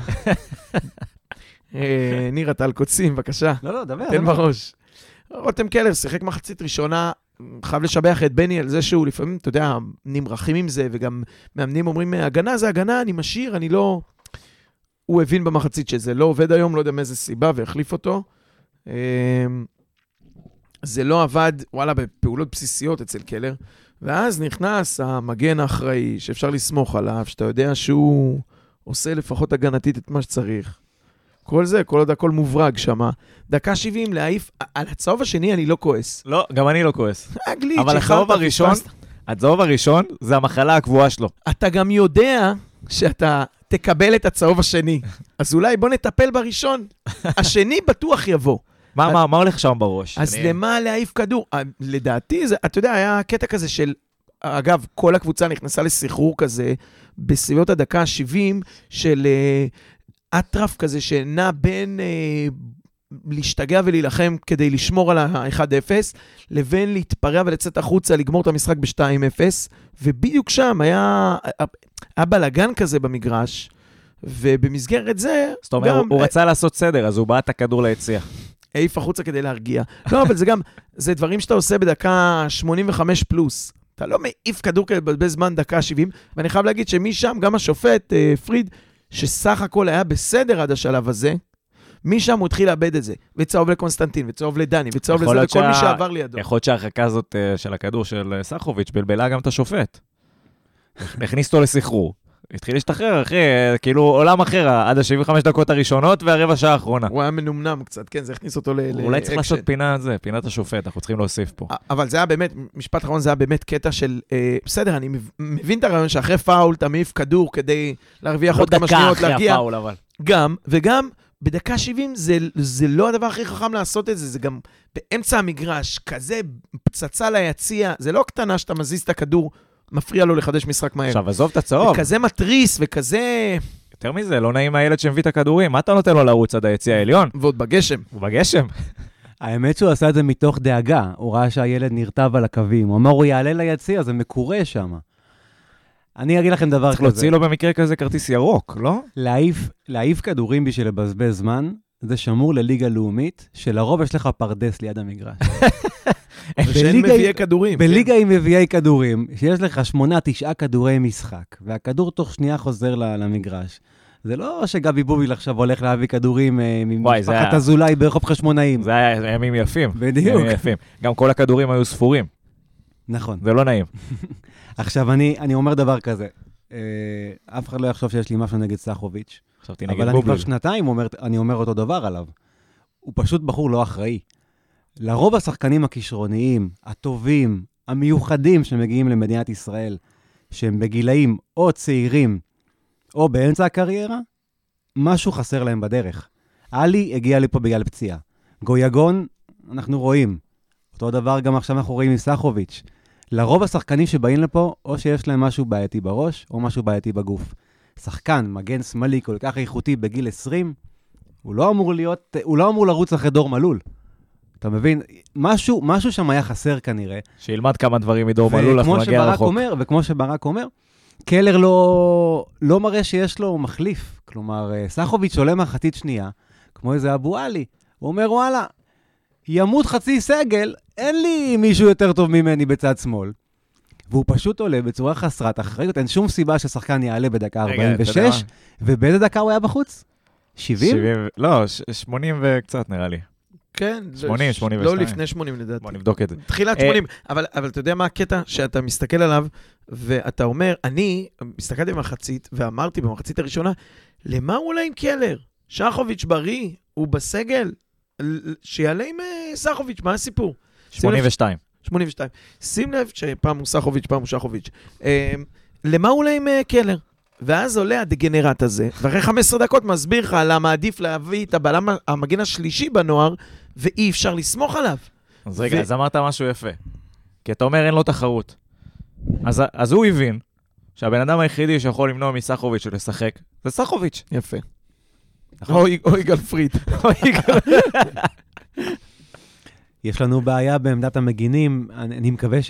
[SPEAKER 3] ניר, אתה על קוצים, בבקשה.
[SPEAKER 2] לא, דבר.
[SPEAKER 3] תן בראש. רותם קלר שיחק מחצית ראשונה, חייב לשבח את בני על זה שהוא לפעמים, אתה יודע, נמרחים עם זה, וגם מאמנים אומרים, הגנה זה הגנה, אני משאיר, אני לא... הוא הבין במחצית שזה לא עובד היום, לא יודע מאיזה סיבה, והחליף אותו. זה לא עבד, וואלה, בפעולות בסיסיות אצל קלר, ואז נכנס המגן האחראי, שאפשר לסמוך עליו, שאתה יודע שהוא עושה לפחות הגנתית את מה שצריך. כל זה, כל עוד הכל מוברג שמה. דקה 70 להעיף, על הצהוב השני אני לא כועס.
[SPEAKER 1] לא, גם אני לא כועס.
[SPEAKER 3] גליץ',
[SPEAKER 1] אבל הצהוב הראשון זה המחלה הקבועה שלו.
[SPEAKER 3] אתה גם יודע שאתה תקבל את הצהוב השני. אז אולי בוא נטפל בראשון. השני בטוח יבוא.
[SPEAKER 1] מה הולך שם בראש?
[SPEAKER 3] אז למה להעיף כדור? לדעתי, אתה יודע, היה קטע כזה של, אגב, כל הקבוצה נכנסה לסחרור כזה, בסביבות הדקה 70 של אטרף כזה, שנע בין להשתגע ולהילחם כדי לשמור על ה-1-0, לבין להתפרע ולצאת החוצה, לגמור את המשחק ב-2-0, ובדיוק שם היה בלגן כזה במגרש, ובמסגרת זה...
[SPEAKER 1] זאת אומרת, הוא רצה לעשות סדר, אז הוא בא את הכדור ליציאה.
[SPEAKER 3] העיף החוצה כדי להרגיע. לא, אבל זה גם, זה דברים שאתה עושה בדקה 85 פלוס. אתה לא מעיף כדור כדי לבזבז זמן דקה 70, ואני חייב להגיד שמשם, גם השופט, פריד, שסך הכל היה בסדר עד השלב הזה, משם הוא התחיל לאבד את זה. וצהוב לקונסטנטין, וצהוב לדני, וצהוב לזה, לכל מי שעבר לידו.
[SPEAKER 1] יכול להיות שההרחקה הזאת של הכדור של סחוביץ' בלבלה גם את השופט. הכניס אותו לסחרור. התחיל להשתחרר, אחי, כאילו עולם אחר, עד ה-75 דקות הראשונות והרבע שעה האחרונה.
[SPEAKER 3] הוא היה מנומנם קצת, כן, זה הכניס אותו לאקשן.
[SPEAKER 1] אולי צריך לעשות פינת השופט, אנחנו צריכים להוסיף פה.
[SPEAKER 3] אבל זה היה באמת, משפט אחרון, זה היה באמת קטע של, בסדר, אני מבין את הרעיון שאחרי פאול אתה מעיף כדור כדי להרוויח עוד כמה שניות, להגיע. גם, וגם, בדקה 70 זה לא הדבר הכי חכם לעשות את זה, זה גם באמצע המגרש, כזה פצצה ליציע, זה לא קטנה שאתה מזיז את הכדור, מפריע לו לחדש משחק מהר.
[SPEAKER 1] עכשיו, עזוב את הצהוב.
[SPEAKER 3] וכזה מטריס, וכזה...
[SPEAKER 1] יותר מזה, לא נעים הילד שמביא את הכדורים. מה אתה נותן לו לרוץ עד היציע העליון?
[SPEAKER 3] ועוד בגשם.
[SPEAKER 1] הוא בגשם.
[SPEAKER 2] האמת שהוא עשה את זה מתוך דאגה. הוא ראה שהילד נרטב על הקווים. הוא אמר, הוא יעלה ליציע, זה מקורה שם. אני אגיד לכם דבר כזה.
[SPEAKER 1] צריך להוציא לו במקרה כזה כרטיס ירוק, לא?
[SPEAKER 2] להעיף כדורים בשביל לבזבז זמן, זה שמור לליגה לאומית, שלרוב יש לך פרדס ליד המגרש.
[SPEAKER 3] ושאין מביאי כדורים.
[SPEAKER 2] בליגה עם מביאי כדורים, שיש לך 8-9 כדורי משחק, והכדור תוך שנייה חוזר למגרש. זה לא שגבי בוביל עכשיו הולך להביא כדורים ממשפחת אזולאי ברחוב חשמונאים.
[SPEAKER 1] זה היה ימים יפים.
[SPEAKER 2] בדיוק.
[SPEAKER 1] גם כל הכדורים היו ספורים.
[SPEAKER 2] נכון.
[SPEAKER 1] זה לא נעים.
[SPEAKER 2] עכשיו, אני אומר דבר כזה. אף אחד לא יחשוב שיש לי משהו נגד סחוביץ'. אבל אני כבר שנתיים אני אומר אותו דבר עליו. הוא פשוט בחור לא אחראי. לרוב השחקנים הכישרוניים, הטובים, המיוחדים שמגיעים למדינת ישראל, שהם בגילאים או צעירים, או באמצע הקריירה, משהו חסר להם בדרך. אלי הגיע לפה בגלל פציעה. גויגון, אנחנו רואים. אותו דבר גם עכשיו אנחנו רואים עם סחוביץ'. לרוב השחקנים שבאים לפה, או שיש להם משהו בעייתי בראש, או משהו בעייתי בגוף. שחקן, מגן שמאלי כל כך איכותי בגיל 20, הוא לא אמור לרוץ אחרי דור מלול. אתה מבין? משהו שם היה חסר כנראה.
[SPEAKER 1] שילמד כמה דברים מדור מלול, אנחנו נגיע רחוק.
[SPEAKER 2] וכמו שברק אומר, קלר לא מראה שיש לו מחליף. כלומר, סחוביץ' עולה מחצית שנייה, כמו איזה אבו עלי. הוא אומר, וואלה, ימות חצי סגל, אין לי מישהו יותר טוב ממני בצד שמאל. והוא פשוט עולה בצורה חסרת אחריות. אין שום סיבה ששחקן יעלה בדקה 46, ובאיזה דקה הוא היה בחוץ? 70?
[SPEAKER 1] לא, 80 וקצת נראה לי.
[SPEAKER 3] כן.
[SPEAKER 1] 80, 82.
[SPEAKER 3] לא לפני 80 לדעתי.
[SPEAKER 1] בוא נבדוק את זה.
[SPEAKER 3] תחילת 80, אבל אתה יודע מה הקטע שאתה מסתכל עליו, ואתה אומר, אני מסתכלתי במחצית, ואמרתי במחצית הראשונה, למה הוא עולה עם קלר? שחוביץ' בריא, הוא בסגל, שיעלה עם סחוביץ', מה הסיפור?
[SPEAKER 1] 82.
[SPEAKER 3] 82. שים לב שפעם הוא סחוביץ', פעם הוא שחוביץ'. למה הוא עולה עם קלר? ואז עולה הדגנרט הזה, ואחרי 15 דקות מסביר לך למה עדיף להביא את הבלם המגן השלישי בנוער, ואי אפשר לסמוך עליו.
[SPEAKER 1] אז רגע, אז אמרת משהו יפה. כי אתה אומר אין לו תחרות. אז הוא הבין שהבן אדם היחידי שיכול למנוע מסחוביץ' לשחק, זה סחוביץ'.
[SPEAKER 3] יפה. או יגאל פריד.
[SPEAKER 2] יש לנו בעיה בעמדת המגינים, אני מקווה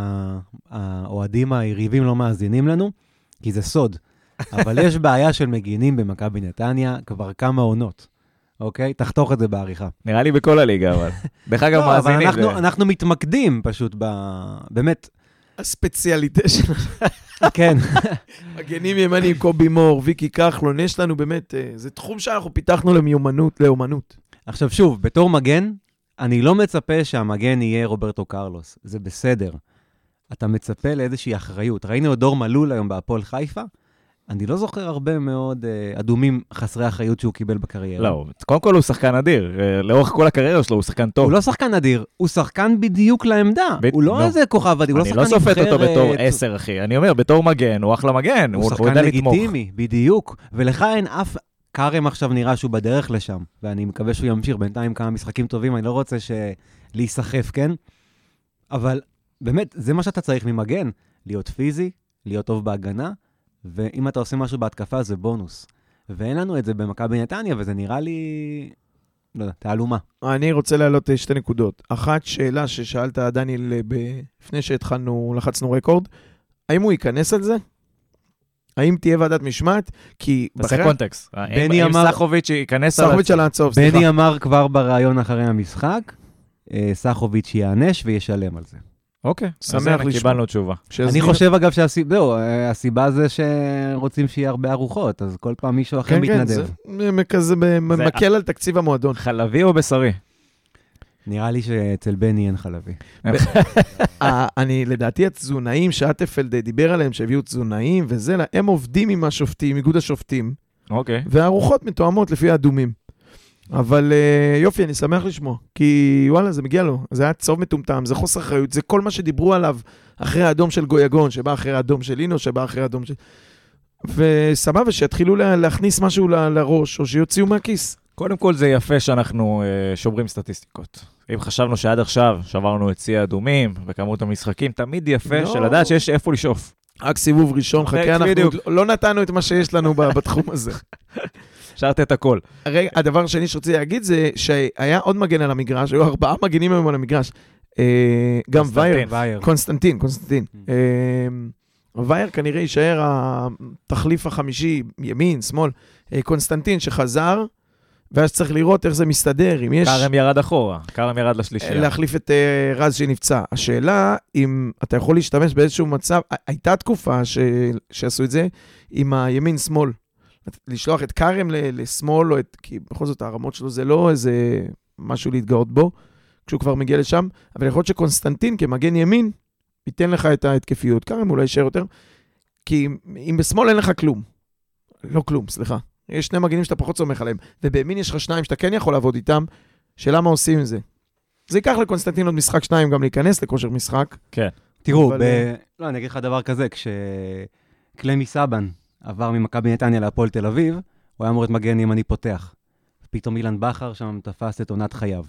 [SPEAKER 2] שהאוהדים היריבים לא מאזינים לנו, כי זה סוד. אבל יש בעיה של מגינים במכבי נתניה כבר כמה עונות. אוקיי? תחתוך את זה בעריכה.
[SPEAKER 1] נראה לי בכל הליגה, אבל. דרך אגב, מאזינים.
[SPEAKER 2] אבל אנחנו מתמקדים פשוט באמת.
[SPEAKER 3] הספציאליטה שלנו.
[SPEAKER 2] כן.
[SPEAKER 3] מגנים ימנים, קובי מור, ויקי כחלון, יש לנו באמת, זה תחום שאנחנו פיתחנו לאומנות.
[SPEAKER 2] עכשיו שוב, בתור מגן, אני לא מצפה שהמגן יהיה רוברטו קרלוס. זה בסדר. אתה מצפה לאיזושהי אחריות. ראינו את דור מלול היום בהפועל חיפה, אני לא זוכר הרבה מאוד אדומים חסרי אחריות שהוא קיבל בקריירה.
[SPEAKER 1] לא, קודם כל הוא שחקן אדיר. לאורך כל הקריירה שלו הוא שחקן טוב.
[SPEAKER 2] הוא לא שחקן אדיר, הוא שחקן בדיוק לעמדה. הוא לא איזה כוכב אדיר, הוא לא שחקן נבחרת.
[SPEAKER 1] אני לא סופט אותו בתור 10, אחי. אני אומר, בתור מגן, הוא אחלה מגן.
[SPEAKER 2] הוא שחקן לגיטימי, בדיוק. ולך אין אף... קארם עכשיו נראה שהוא בדרך לשם, ואני מקווה שהוא ימשיך בינתיים כמה משחקים טובים, אני לא רוצה להיסחף, כן? אבל באמת, זה מה שאתה צריך ממגן, להיות פיזי, להיות טוב בהגנה, ואם אתה עושה משהו בהתקפה, זה בונוס. ואין לנו את זה במכבי נתניה, וזה נראה לי, לא יודע, תעלומה.
[SPEAKER 3] אני רוצה להעלות שתי נקודות. אחת, שאלה ששאלת דניאל לפני שהתחלנו, לחצנו רקורד, האם הוא ייכנס על זה? האם תהיה ועדת משמעת? כי...
[SPEAKER 1] זה קונטקסט. אם סחוביץ' ייכנס על...
[SPEAKER 3] סחוביץ' על העצוב, סליחה.
[SPEAKER 2] בני אמר כבר ברעיון אחרי המשחק, סחוביץ' יענש וישלם על זה.
[SPEAKER 1] אוקיי, שמח לשמוע. קיבלנו תשובה.
[SPEAKER 2] אני חושב אגב שהסיבה זה שרוצים שיהיה הרבה ארוחות, אז כל פעם מישהו אחר מתנדב.
[SPEAKER 3] כן, זה מקל על תקציב המועדון.
[SPEAKER 1] חלבי או בשרי?
[SPEAKER 2] נראה לי שאצל בני אין חלבי.
[SPEAKER 3] אני, לדעתי, התזונאים שאטפלד דיבר עליהם, שהביאו תזונאים וזה, הם עובדים עם השופטים, איגוד השופטים.
[SPEAKER 1] אוקיי.
[SPEAKER 3] והארוחות מתואמות לפי האדומים. אבל יופי, אני שמח לשמוע, כי וואלה, זה מגיע לו. זה היה צוב מטומטם, זה חוסר אחריות, זה כל מה שדיברו עליו אחרי האדום של גויגון, שבא אחרי האדום של לינו, שבא אחרי האדום של... וסבבה, שיתחילו להכניס משהו לראש, או שיוציאו מהכיס.
[SPEAKER 1] קודם כל זה יפה שאנחנו שוברים סטטיסטיקות. אם חשבנו שעד עכשיו שברנו את צי האדומים וכמות המשחקים, תמיד יפה שלדעת שיש איפה לשאוף.
[SPEAKER 3] רק סיבוב ראשון, חכה, אנחנו לא נתנו את מה שיש לנו בתחום הזה.
[SPEAKER 1] שרת את הכל.
[SPEAKER 3] הדבר השני שרציתי להגיד זה שהיה עוד מגן על המגרש, היו 4 מגנים היום על המגרש. גם וייר, קונסטנטין. וייר כנראה יישאר התחליף החמישי, ימין, שמאל. קונסטנטין שחזר, ואז צריך לראות איך זה מסתדר.
[SPEAKER 1] קרם ירד אחורה, קרם ירד לשלישייה.
[SPEAKER 3] להחליף את רז שנפצע. השאלה, אם אתה יכול להשתמש באיזשהו מצב, הייתה תקופה שעשו את זה עם הימין-שמאל. לשלוח את קרם לשמאל, כי בכל זאת הרמות שלו זה לא איזה משהו להתגאות בו, כשהוא כבר מגיע לשם, אבל יכול להיות שקונסטנטין כמגן ימין, ייתן לך את ההתקפיות. קרם אולי יישאר יותר, כי אם בשמאל אין לך כלום. לא כלום, סליחה. יש 2 מגנים שאתה פחות סומך עליהם, ובימין יש לך 2 שאתה כן יכול לעבוד איתם, שאלה מה עושים עם זה. זה ייקח לקונסטנטין עוד משחק 2 גם להיכנס לכושר משחק.
[SPEAKER 1] כן.
[SPEAKER 2] תראו, לא, אני אגיד לך דבר כזה, כשקלמי סבן עבר ממכבי נתניה להפועל תל אביב, הוא היה אמור להיות מגן ימני פותח. פתאום אילן בכר שם תפס את עונת חייו.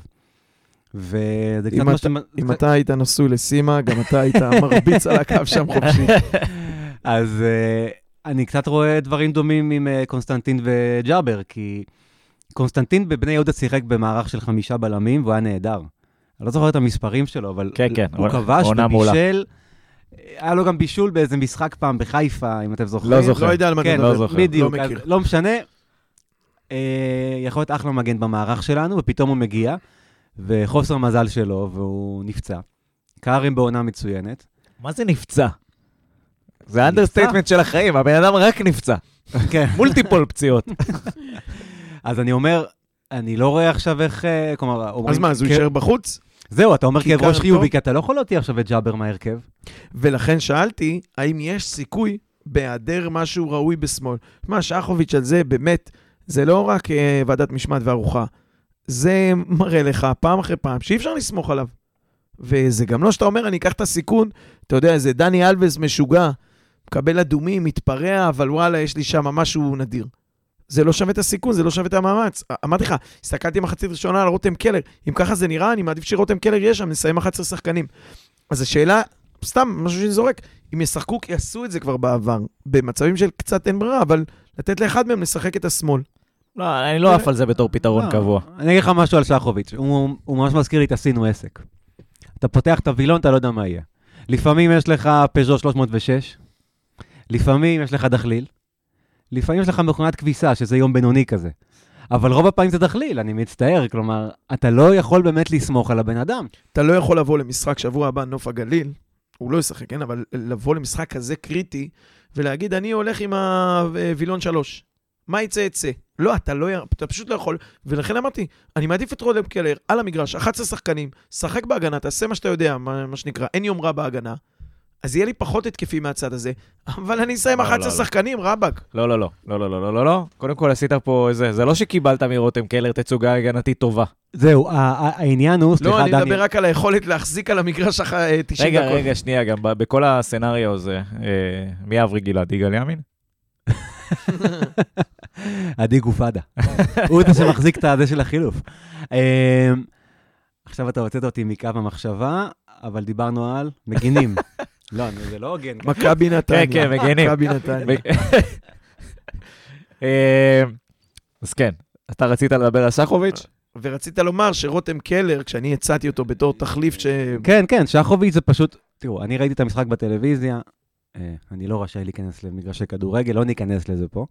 [SPEAKER 3] אם אתה היית נשוי לסימה, גם אתה היית מרביץ על הקו שם חופשי.
[SPEAKER 2] אז אני קצת רואה דברים דומים עם קונסטנטין וג'אבר, כי קונסטנטין בבני יהודה שיחק במערך של 5 בלמים, והוא היה נהדר. אני לא זוכר את המספרים שלו, אבל הוא כבש ובישל. היה לו גם בישול באיזה משחק פעם בחיפה, אם אתם זוכרים.
[SPEAKER 1] לא זוכר.
[SPEAKER 3] לא יודע על מה אתה מדבר.
[SPEAKER 2] בדיוק, לא משנה. יכול להיות אחלה מגן במערך שלנו, ופתאום הוא מגיע, וחוסר מזל שלו, והוא נפצע. קארים בעונה מצוינת.
[SPEAKER 1] מה זה נפצע? זה אנדרסטייטמנט של החיים, הבן אדם רק נפצע. מולטיפול פציעות.
[SPEAKER 2] אז אני אומר, אני לא רואה עכשיו איך, כלומר...
[SPEAKER 3] אז מה, אז הוא יישאר בחוץ?
[SPEAKER 2] זהו, אתה אומר כאב ראש חיובי, כי אתה לא יכול להוציא עכשיו את ג'אבר מהרכב.
[SPEAKER 3] ולכן שאלתי, האם יש סיכוי בהיעדר משהו ראוי בשמאל? מה, שחוביץ' על זה באמת, זה לא רק ועדת משמעת וארוחה, זה מראה לך פעם אחרי פעם שאי אפשר לסמוך עליו. וזה גם לא שאתה אומר, אני אקח את הסיכון, אתה יודע, זה דני אלבז משוגע, מקבל אדומים, מתפרע, אבל וואלה, יש לי שם משהו נדיר. זה לא שווה את הסיכון, זה לא שווה את המאמץ. אמרתי לך, הסתכלתי מחצית ראשונה על רותם קלר, אם ככה זה נראה, אני מעדיף שרותם קלר יהיה שם, נסיים 11 שחקנים. אז השאלה, סתם, משהו שאני זורק, אם ישחקו, כי עשו את זה כבר בעבר, במצבים של קצת אין ברירה, אבל לתת לאחד מהם לשחק את השמאל.
[SPEAKER 1] לא, אני לא אף על זה בתור פתרון קבוע.
[SPEAKER 2] אני אגיד לך משהו על שחוביץ', הוא ממש מזכיר לי את עשינו עסק. אתה פותח את הווילון, אתה לא יודע מה יהיה. לפעמים יש לך פז'ו 306, לפעמים יש לך דחליל, לפעמים יש לך מכונת כביסה, שזה יום בינוני כזה. אבל רוב הפעמים זה דחליל, אני מצטער, כלומר, אתה לא יכול באמת לסמוך על הבן אדם.
[SPEAKER 3] אתה לא יכול לבוא למשחק שבוע הבא, נוף הגליל, הוא לא ישחק, כן? אבל לבוא למשחק כזה קריטי, ולהגיד, אני הולך עם הווילון 3. מה יצא? לא, אתה פשוט לא יכול. ולכן אמרתי, אני מעדיף את רותם קלר על המגרש, 11 שחקנים, שחק בהגנה, תעשה מה שאתה יודע, מה שנקרא, אין יום רע בהגנה. אז יהיה לי פחות התקפי מהצד הזה, אבל אני אסיים 11 שחקנים, רבק.
[SPEAKER 1] לא. קודם כל עשית פה איזה, זה לא שקיבלת מרותם קלר תצוגה הגנתית טובה.
[SPEAKER 2] זהו, העניין הוא, סליחה,
[SPEAKER 3] דני. לא, אני מדבר רק על היכולת להחזיק על המגרש 90 דקות.
[SPEAKER 1] רגע, שנייה, גם בכל הסצנריו הזה, מי אברי גלעד? יגאל ימין?
[SPEAKER 2] עדי גופדה. הוא זה שמחזיק את הזה של החילוף. עכשיו אתה הוצאת אותי מקו המחשבה, אבל דיברנו על מגינים. לא, זה לא הוגן.
[SPEAKER 3] מכבי נתניה.
[SPEAKER 1] כן, מגינים.
[SPEAKER 3] מכבי נתניה.
[SPEAKER 1] אז כן, אתה רצית לדבר על שחוביץ'?
[SPEAKER 3] ורצית לומר שרותם קלר, כשאני הצעתי אותו בתור תחליף
[SPEAKER 2] כן, שחוביץ' זה פשוט, תראו, אני ראיתי את המשחק בטלוויזיה, אני לא רשאי להיכנס למגרשי כדורגל, לא ניכנס לזה פה.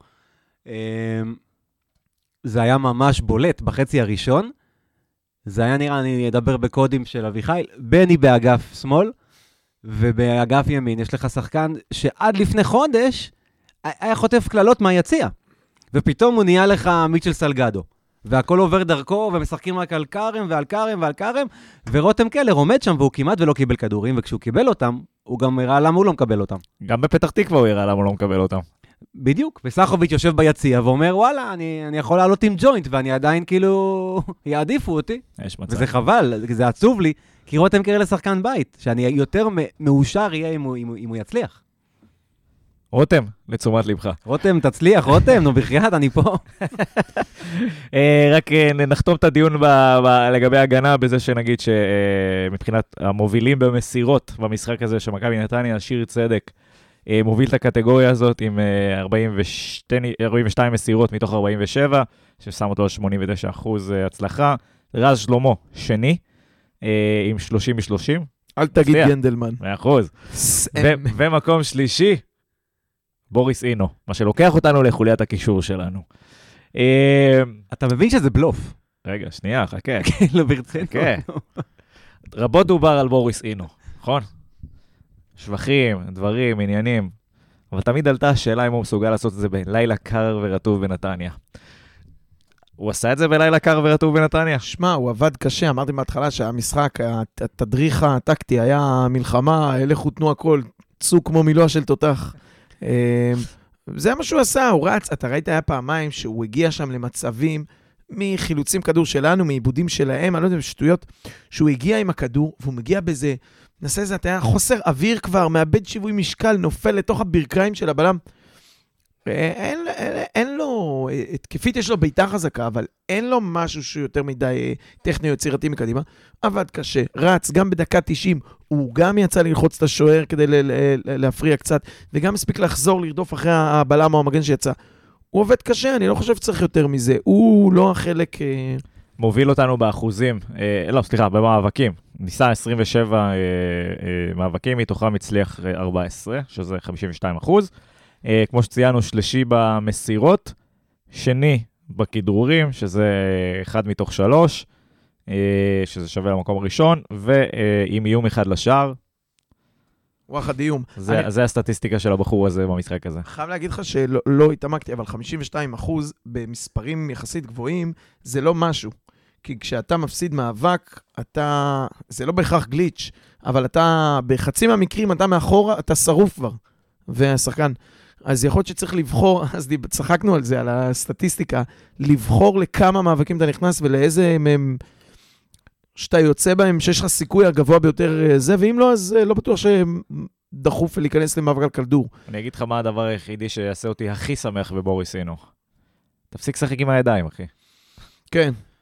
[SPEAKER 2] זה היה ממש בולט בחצי הראשון, זה היה נראה, אני אדבר בקודים של אביחי, בני באגף שמאל, ובאגף ימין יש לך שחקן שעד לפני חודש היה חוטף כללות מהיציע, ופתאום הוא נהיה לך מיטשל סלגדו, והכל עובר דרכו, ומשחקים רק על קרם ועל קרם ועל קרם, ורותם קלר עומד שם, והוא כמעט ולא קיבל כדורים, וכשהוא קיבל אותם, הוא גם הראה למה הוא לא מקבל אותם.
[SPEAKER 1] גם בפתח תקווה הוא הראה למה הוא לא מקבל אותם.
[SPEAKER 2] בדיוק, וסחוביץ' יושב ביציע ואומר, וואלה, אני יכול לעלות עם ג'וינט, ואני עדיין כאילו, יעדיפו אותי.
[SPEAKER 1] יש מצב.
[SPEAKER 2] וזה חבל, זה עצוב לי, כי רותם קלר לשחקן בית, שאני יותר מאושר יהיה אם הוא יצליח.
[SPEAKER 1] רותם, לתשומת לבך.
[SPEAKER 2] רותם, תצליח, רותם, נו בחייאת, אני פה.
[SPEAKER 1] רק נחתום את הדיון לגבי הגנה, בזה שנגיד שמבחינת המובילים במסירות במשחק הזה, שמכבי נתניה, שיר צדק, מוביל את הקטגוריה הזאת עם 42 מסירות מתוך 47, ששם אותו על 89% הצלחה. רז שלמה, שני, עם 30-30.
[SPEAKER 3] אל תגיד גנדלמן.
[SPEAKER 1] 100%. ומקום שלישי, בוריס אינו, מה שלוקח אותנו לחוליית הקישור שלנו.
[SPEAKER 2] אתה מבין שזה בלוף?
[SPEAKER 1] רגע, שנייה, חכה.
[SPEAKER 2] לא ברצינות.
[SPEAKER 1] חכה. רבות דובר על בוריס אינו, נכון? שבחים, דברים, עניינים. אבל תמיד עלתה השאלה אם הוא מסוגל לעשות את זה בלילה קר ורטוב בנתניה. הוא עשה את זה בלילה קר ורטוב בנתניה?
[SPEAKER 3] שמע, הוא עבד קשה, אמרתי בהתחלה שהמשחק, התדריך הטקטי היה מלחמה, לכו תנו הכל, צו כמו מילוע של תותח. זה מה שהוא עשה, הוא רץ, אתה ראית היה פעמיים שהוא הגיע שם למצבים מחילוצים כדור שלנו, מעיבודים שלהם, אני לא יודע, שטויות, שהוא הגיע עם הכדור, והוא מגיע בזה, נעשה זה, אתה היה חוסר אוויר כבר, מאבד שיווי משקל, נופל לתוך הברכיים של הבלם. אין לו, התקפית יש לו ביתה חזקה, אבל אין לו משהו שהוא יותר מדי טכני או יצירתי מקדימה. עבד קשה, רץ, גם בדקה 90, הוא גם יצא ללחוץ את השוער כדי להפריע קצת, וגם הספיק לחזור לרדוף אחרי הבלם או המגן שיצא. הוא עובד קשה, אני לא חושב שצריך יותר מזה. הוא לא החלק...
[SPEAKER 1] מוביל אותנו באחוזים, לא, סליחה, במאבקים. ניסה 27 מאבקים, מתוכם הצליח 14, שזה 52%. כמו שציינו, שלישי במסירות, שני בכדרורים, שזה 1 מתוך 3, שזה שווה למקום הראשון, ועם איום אחד לשער.
[SPEAKER 3] וואחד איום.
[SPEAKER 1] זה הסטטיסטיקה של הבחור הזה במשחק הזה.
[SPEAKER 3] חייב להגיד לך שלא התעמקתי, אבל 52% במספרים יחסית גבוהים, זה לא משהו. כי כשאתה מפסיד מאבק, זה לא בהכרח גליץ', אבל אתה, בחצי מהמקרים, אתה מאחורה, אתה שרוף כבר. והשחקן. אז יכול להיות שצריך לבחור, אז צחקנו על זה, על הסטטיסטיקה, לבחור לכמה מאבקים אתה נכנס, ולאיזה מהם שאתה יוצא בהם, שיש לך סיכוי הגבוה ביותר זה, ואם לא, אז לא בטוח שדחוף להיכנס למאבק על כדור.
[SPEAKER 1] אני אגיד לך מה הדבר היחידי שיעשה אותי הכי שמח בבוריס אינו. תפסיק לשחק עם הידיים, אחי.
[SPEAKER 3] כן.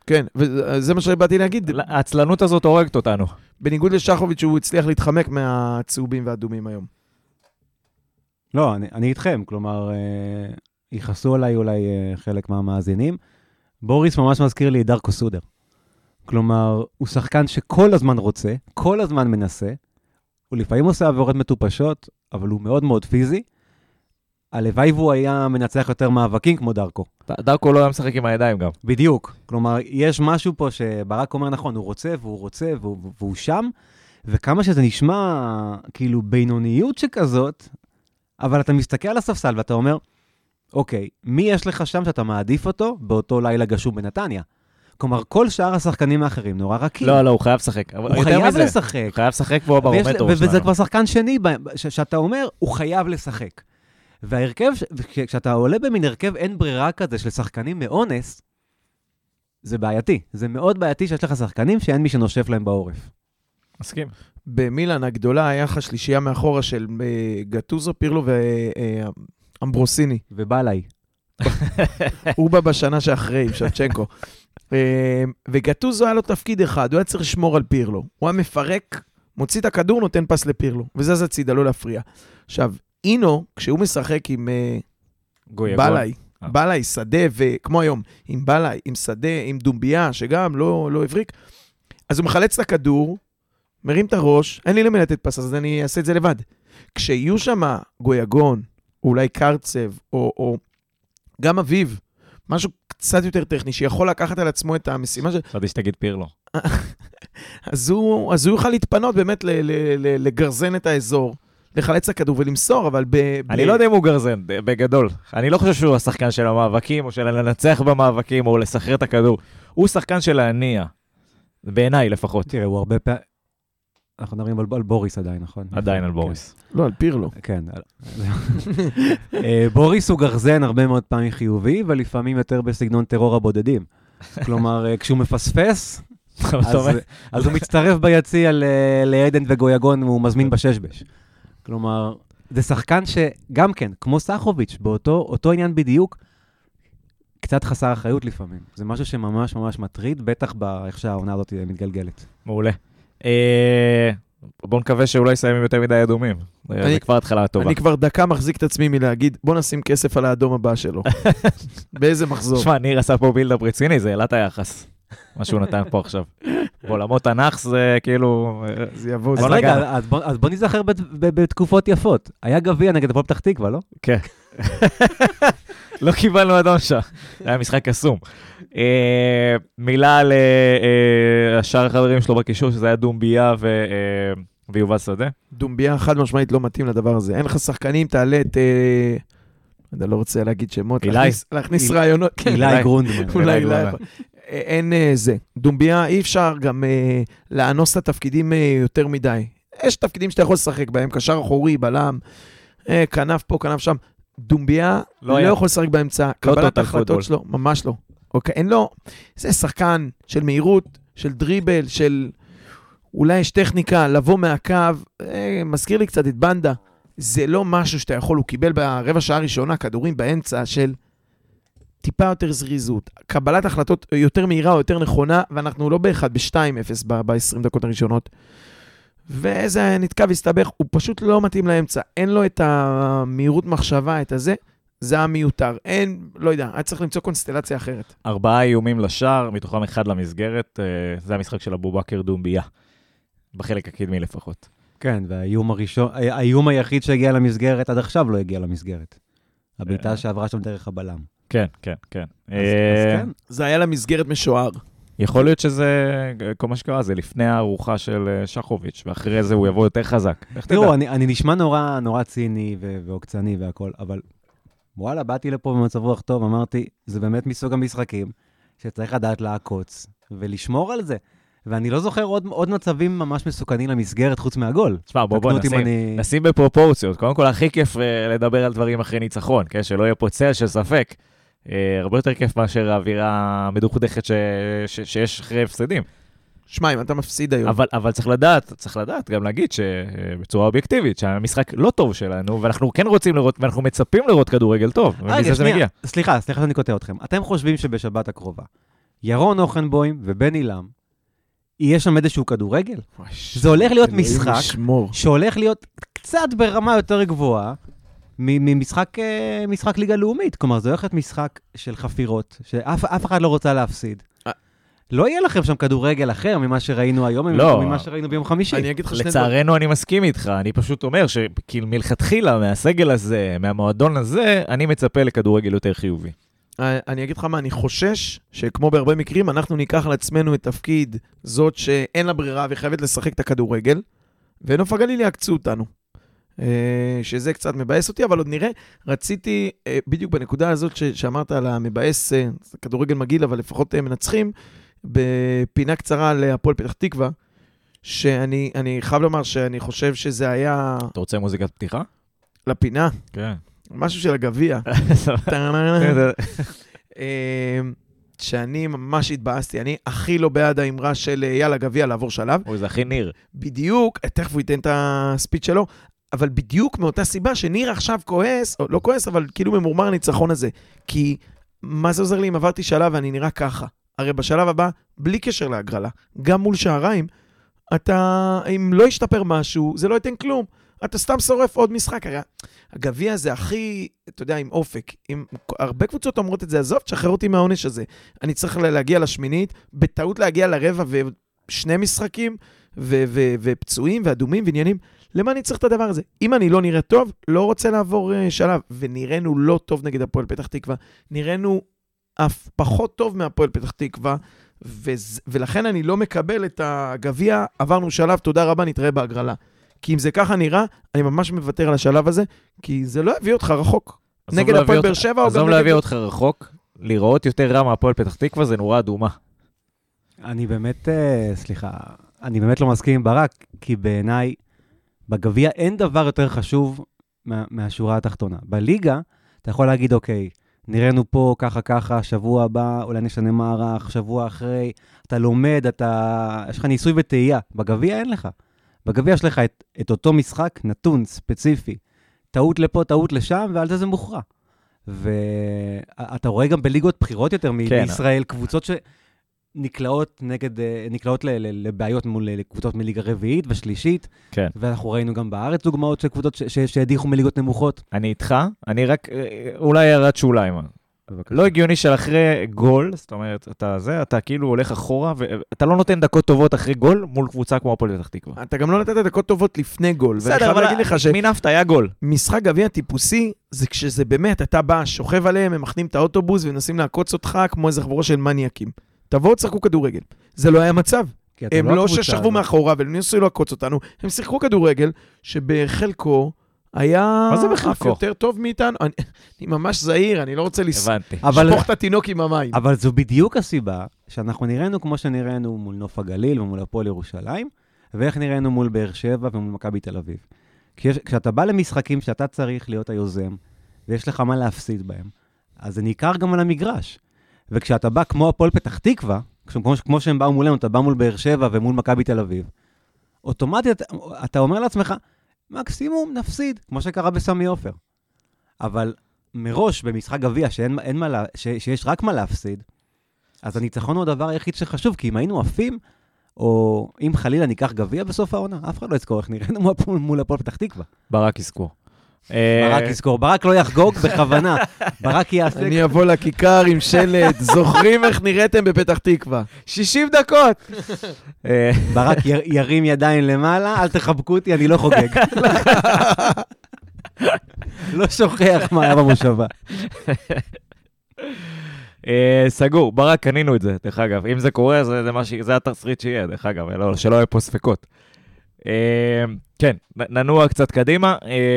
[SPEAKER 3] כן, וזה מה שבאתי להגיד.
[SPEAKER 1] העצלנות הזאת הורגת אותנו.
[SPEAKER 3] בניגוד לשחוביץ' שהוא הצליח להתחמק מהצהובים והאדומים היום.
[SPEAKER 2] לא, אני איתכם, כלומר, ייחסו עליי אולי חלק מהמאזינים. בוריס ממש מזכיר לי את דרקו סודר. כלומר, הוא שחקן שכל הזמן רוצה, כל הזמן מנסה, הוא לפעמים עושה עבירות מטופשות, אבל הוא מאוד מאוד פיזי. הלוואי והוא היה מנצח יותר מאבקים כמו דרקו.
[SPEAKER 1] דרקו לא היה משחק עם הידיים גם.
[SPEAKER 2] בדיוק. כלומר, יש משהו פה שברק אומר נכון, הוא רוצה והוא רוצה והוא שם, וכמה שזה נשמע כאילו בינוניות שכזאת, אבל אתה מסתכל על הספסל ואתה אומר, אוקיי, מי יש לך שם שאתה מעדיף אותו באותו לילה גשום בנתניה? כלומר, כל שאר השחקנים האחרים נורא רכים.
[SPEAKER 1] לא, הוא חייב לשחק.
[SPEAKER 2] הוא חייב לשחק.
[SPEAKER 1] הוא חייב לשחק והוא ברומטר שלנו.
[SPEAKER 2] וזה כבר שחקן שני, שאתה אומר, הוא חייב לשחק. וההרכב, כשאתה עולה במין הרכב אין ברירה כזה של שחקנים מאונס, זה בעייתי. זה מאוד בעייתי שיש לך שחקנים שאין מי שנושף להם בעורף.
[SPEAKER 1] מסכים.
[SPEAKER 3] במילאן הגדולה היה לך שלישייה מאחורה של גטוזו, פירלו ואמברוסיני.
[SPEAKER 2] ובאלאי.
[SPEAKER 3] הוא בא בשנה שאחרי, שבצ'נקו. וגטוזו היה לו תפקיד אחד, הוא היה צריך לשמור על פירלו. הוא היה מפרק, מוציא את הכדור, נותן פס לפירלו. וזה זה הצידה, לא להפריע. עכשיו, אינו, כשהוא משחק עם בלאי, שדה, וכמו היום, עם בלאי, עם שדה, עם דומביה, שגם לא הבריק, אז הוא מחלץ את הכדור, מרים את הראש, אין לי למי לתת פס, אז אני אעשה את זה לבד. כשיהיו שם גויגון, או אולי קרצב, או גם אביב, משהו קצת יותר טכני, שיכול לקחת על עצמו את המשימה של...
[SPEAKER 1] חשבתי שתגיד פירלו.
[SPEAKER 3] אז הוא יוכל להתפנות באמת לגרזן את האזור, לחלץ הכדור ולמסור, אבל
[SPEAKER 1] אני לא יודע אם הוא גרזן, בגדול. אני לא חושב שהוא השחקן של המאבקים, או של לנצח במאבקים, או לסחרר את הכדור. הוא שחקן של להניע. בעיניי לפחות.
[SPEAKER 2] תראה, הוא הרבה פעמים... אנחנו מדברים על בוריס עדיין, נכון?
[SPEAKER 1] עדיין על בוריס.
[SPEAKER 3] לא, על פירלו.
[SPEAKER 2] כן. בוריס הוא גרזן הרבה מאוד פעמים חיובי, ולפעמים יותר בסגנון טרור הבודדים. כלומר, כשהוא מפספס, אז הוא מצטרף ביציע לעדן וגויגון, והוא מזמין בששבש. כלומר, זה שחקן שגם כן, כמו סחוביץ', באותו עניין בדיוק, קצת חסר אחריות לפעמים. זה משהו שממש ממש מטריד, בטח באיך שהעונה הזאת מתגלגלת.
[SPEAKER 1] מעולה. בוא נקווה שאולי יסיים עם יותר מדי אדומים. זה כבר התחלה טובה.
[SPEAKER 3] אני כבר דקה מחזיק את עצמי מלהגיד, בוא נשים כסף על האדום הבא שלו. באיזה מחזור.
[SPEAKER 1] שמע, ניר עשה פה בילדאפ רציני, זה העלה את היחס. מה שהוא נתן פה עכשיו. בעולמות תנ"ך זה כאילו...
[SPEAKER 3] זה יבוא.
[SPEAKER 2] אז רגע, אז בוא נזכר בתקופות יפות. היה גביע נגד הפועל פתח תקווה, לא?
[SPEAKER 1] כן. לא קיבלנו אדום שם. זה היה משחק קסום. מילה על השאר החברים שלו בקישור, שזה היה דומביה ויובל שדה.
[SPEAKER 3] דומביה חד משמעית לא מתאים לדבר הזה. אין לך שחקנים, תעלה את... אני לא רוצה להגיד שמות, להכניס רעיונות.
[SPEAKER 2] אילי גרונדמן.
[SPEAKER 3] אולי אין זה. דומביה אי אפשר גם לאנוס את התפקידים יותר מדי. יש תפקידים שאתה יכול לשחק בהם, קשר אחורי, בלם, כנף פה, כנף שם. דומביה לא יכול לשחק באמצע, קבלת ההחלטות שלו, ממש לא. אוקיי, אין לו, זה שחקן של מהירות, של דריבל, של אולי יש טכניקה, לבוא מהקו, מזכיר לי קצת את בנדה, זה לא משהו שאתה יכול, הוא קיבל ברבע שעה ראשונה, כדורים באמצע של טיפה יותר זריזות, קבלת החלטות יותר מהירה או יותר נכונה, ואנחנו לא באחד, ב-2-0 ב-20 דקות הראשונות, ואיזה נתקע והסתבך, הוא פשוט לא מתאים לאמצע, אין לו את המהירות מחשבה, את הזה, זה היה מיותר. אין, לא יודע, היה צריך למצוא קונסטלציה אחרת.
[SPEAKER 1] 4 איומים לשער, מתוכם 1 למסגרת, זה המשחק של אבו בכר דומביה, בחלק הקדמי לפחות.
[SPEAKER 2] כן, והאיום הראשון, האיום היחיד שהגיע למסגרת, עד עכשיו לא הגיע למסגרת. הבעיטה שעברה שם דרך הבלם.
[SPEAKER 1] כן, כן, כן.
[SPEAKER 2] אז כן.
[SPEAKER 3] זה היה למסגרת משוער.
[SPEAKER 1] יכול להיות שזה, כל מה שקרה, זה לפני הארוחה של שחוביץ', ואחרי זה הוא יבוא יותר חזק.
[SPEAKER 2] תראו, אני נשמע נורא ציני ועוקצני והכל, אבל וואלה, באתי לפה במצב רוח טוב, אמרתי, זה באמת מסוג המשחקים שצריך לדעת לעקוץ ולשמור על זה. ואני לא זוכר עוד מצבים ממש מסוכנים למסגרת חוץ מהגול.
[SPEAKER 1] תשמע, בוא נשים בפרופורציות. קודם כל, הכי כיף לדבר על דברים אחרי ניצחון, שלא יהיה פה צל של ספק. הרבה יותר כיף מאשר האווירה המדוכדכת שיש אחרי הפסדים.
[SPEAKER 3] שמע, אם אתה מפסיד היום.
[SPEAKER 1] אבל צריך לדעת, גם להגיד שבצורה אובייקטיבית, שהמשחק לא טוב שלנו, ואנחנו כן רוצים לראות, ואנחנו מצפים לראות כדורגל טוב. ומזה זה מגיע.
[SPEAKER 2] סליחה שאני קוטע אתכם. אתם חושבים שבשבת הקרובה, ירון אוכנבוים ובן אילם, יהיה שם איזשהו כדורגל. זה הולך להיות משחק שהולך להיות קצת ברמה יותר גבוהה ממשחק ליגה לאומית. כלומר, זה הולך להיות משחק של חפירות, שאף אחד לא רוצה להפסיד. לא יהיה לכם שם כדורגל אחר ממה שראינו היום, ממה שראינו ביום חמישי.
[SPEAKER 1] לצערנו אני מסכים איתך, אני פשוט אומר שמלכתחילה, מהסגל הזה, מהמועדון הזה, אני מצפה לכדורגל יותר חיובי.
[SPEAKER 3] אני אגיד לך מה, אני חושש שכמו בהרבה מקרים, אנחנו ניקח לעצמנו את תפקיד זאת שאין לה ברירה וחייבת לשחק את הכדורגל, ונוף הגליל יעקצו אותנו. שזה קצת מבאס אותי, אבל עוד נראה, רציתי בדיוק בנקודה הזאת שאמרת על המבאס, כדורגל מגעיל, אבל לפחות מנצחים, בפינה קצרה להפועל פתח תקווה, שאני חייב לומר שאני חושב שזה היה...
[SPEAKER 1] אתה רוצה מוזיקת פתיחה?
[SPEAKER 3] לפינה?
[SPEAKER 1] כן.
[SPEAKER 3] משהו של הגביע. שאני ממש התבאסתי, אני הכי לא בעד האמרה של יאללה גביע לעבור שלב.
[SPEAKER 1] אוי, זה הכי ניר.
[SPEAKER 3] בדיוק, תכף הוא ייתן את הספיץ שלו, אבל בדיוק מאותה סיבה שניר עכשיו כועס, או לא כועס, אבל כאילו ממורמר הניצחון הזה. כי מה זה עוזר לי אם עברתי שלב ואני נראה ככה? הרי בשלב הבא, בלי קשר להגרלה, גם מול שעריים, אם לא ישתפר משהו, זה לא ייתן כלום. אתה סתם שורף עוד משחק. הרי הגביע זה הכי, אתה יודע, עם אופק. הרבה קבוצות אומרות את זה, עזוב, תשחרר אותי מהעונש הזה. אני צריך להגיע לשמינית, בטעות להגיע לרבע ושני משחקים, ופצועים ואדומים ועניינים. למה אני צריך את הדבר הזה? אם אני לא נראה טוב, לא רוצה לעבור שלב. ונראינו לא טוב נגד הפועל פתח תקווה. נראינו אף פחות טוב מהפועל פתח תקווה, ולכן אני לא מקבל את הגביע, עברנו שלב, תודה רבה, נתראה בהגרלה. כי אם זה ככה נראה, אני ממש מוותר על השלב הזה, כי זה לא יביא אותך רחוק. נגד הפועל באר שבע או גם נגד...
[SPEAKER 1] עזוב לא יביא אותך רחוק, לראות יותר רע מהפועל פתח תקווה זה נורא אדומה.
[SPEAKER 2] אני באמת, סליחה, אני באמת לא מסכים עם ברק, כי בעיניי, בגביע אין דבר יותר חשוב מהשורה התחתונה. בליגה, אתה יכול להגיד, אוקיי, נראינו פה ככה, שבוע הבא, אולי נשנה מערך, שבוע אחרי, אתה לומד, יש לך ניסוי וטעייה. בגביע אין לך. בגביע יש לך את אותו משחק, נתון ספציפי, טעות לפה, טעות לשם, ועל זה מוכרע. ואתה רואה גם בליגות בחירות יותר מישראל, קבוצות שנקלעות לבעיות מול קבוצות מליגה רביעית ושלישית, ואנחנו ראינו גם בארץ דוגמאות של קבוצות שהדיחו מליגות נמוכות.
[SPEAKER 1] אני איתך, אני רק, אולי ירד שוליים. לא הגיוני של אחרי גול, זאת אומרת, אתה כאילו הולך אחורה, ואתה לא נותן דקות טובות אחרי גול מול קבוצה כמו הפועל פתח תקווה.
[SPEAKER 3] אתה גם לא נתת דקות טובות לפני גול.
[SPEAKER 1] בסדר, אבל מנפת היה גול.
[SPEAKER 3] משחק גביע טיפוסי, זה כשזה באמת, אתה בא, שוכב עליהם, הם מכנים את האוטובוס, ומנסים לעקוץ אותך כמו איזה חבורה של מניאקים. תבואו, תשחקו כדורגל. זה לא היה מצב. הם לא ששכבו מאחורה, ולנסו לעקוץ אותנו. הם שיחקו כדורגל, שבחלקו היה אף יותר טוב מאיתנו. אני ממש זהיר, אני לא רוצה לשפוך את התינוק עם המים.
[SPEAKER 2] אבל זו בדיוק הסיבה שאנחנו נראינו כמו שנראינו מול נוף הגליל ומול הפועל ירושלים, ואיך נראינו מול באר שבע ומול מכבי תל אביב. כשאתה בא למשחקים שאתה צריך להיות היוזם, ויש לך מה להפסיד בהם, אז זה ניכר גם על המגרש. וכשאתה בא כמו הפועל פתח תקווה, כמו שהם באו מולנו, אתה בא מול באר שבע ומול מכבי תל אביב, אוטומטית אתה אומר לעצמך, מקסימום נפסיד, כמו שקרה בסמי עופר. אבל מראש במשחק גביע שיש רק מה להפסיד, אז הניצחון הוא הדבר היחיד שחשוב, כי אם היינו עפים, או אם חלילה ניקח גביע בסוף העונה, אף אחד לא יזכור איך נראינו מול הפועל פתח תקווה.
[SPEAKER 1] ברק יזכור.
[SPEAKER 2] ברק לא יחגוג בכוונה, ברק יעשה...
[SPEAKER 3] אני אבוא לכיכר עם שלט, זוכרים איך נראיתם בפתח תקווה. 60 דקות!
[SPEAKER 2] ברק ירים ידיים למעלה, אל תחבקו אותי, אני לא חוגג. לא שוכח מה היה במושבה.
[SPEAKER 1] סגור, ברק, קנינו את זה, דרך אגב. אם זה קורה, זה התסריט שיהיה, דרך אגב, שלא יהיה פה ספקות. כן, ננוע קצת קדימה.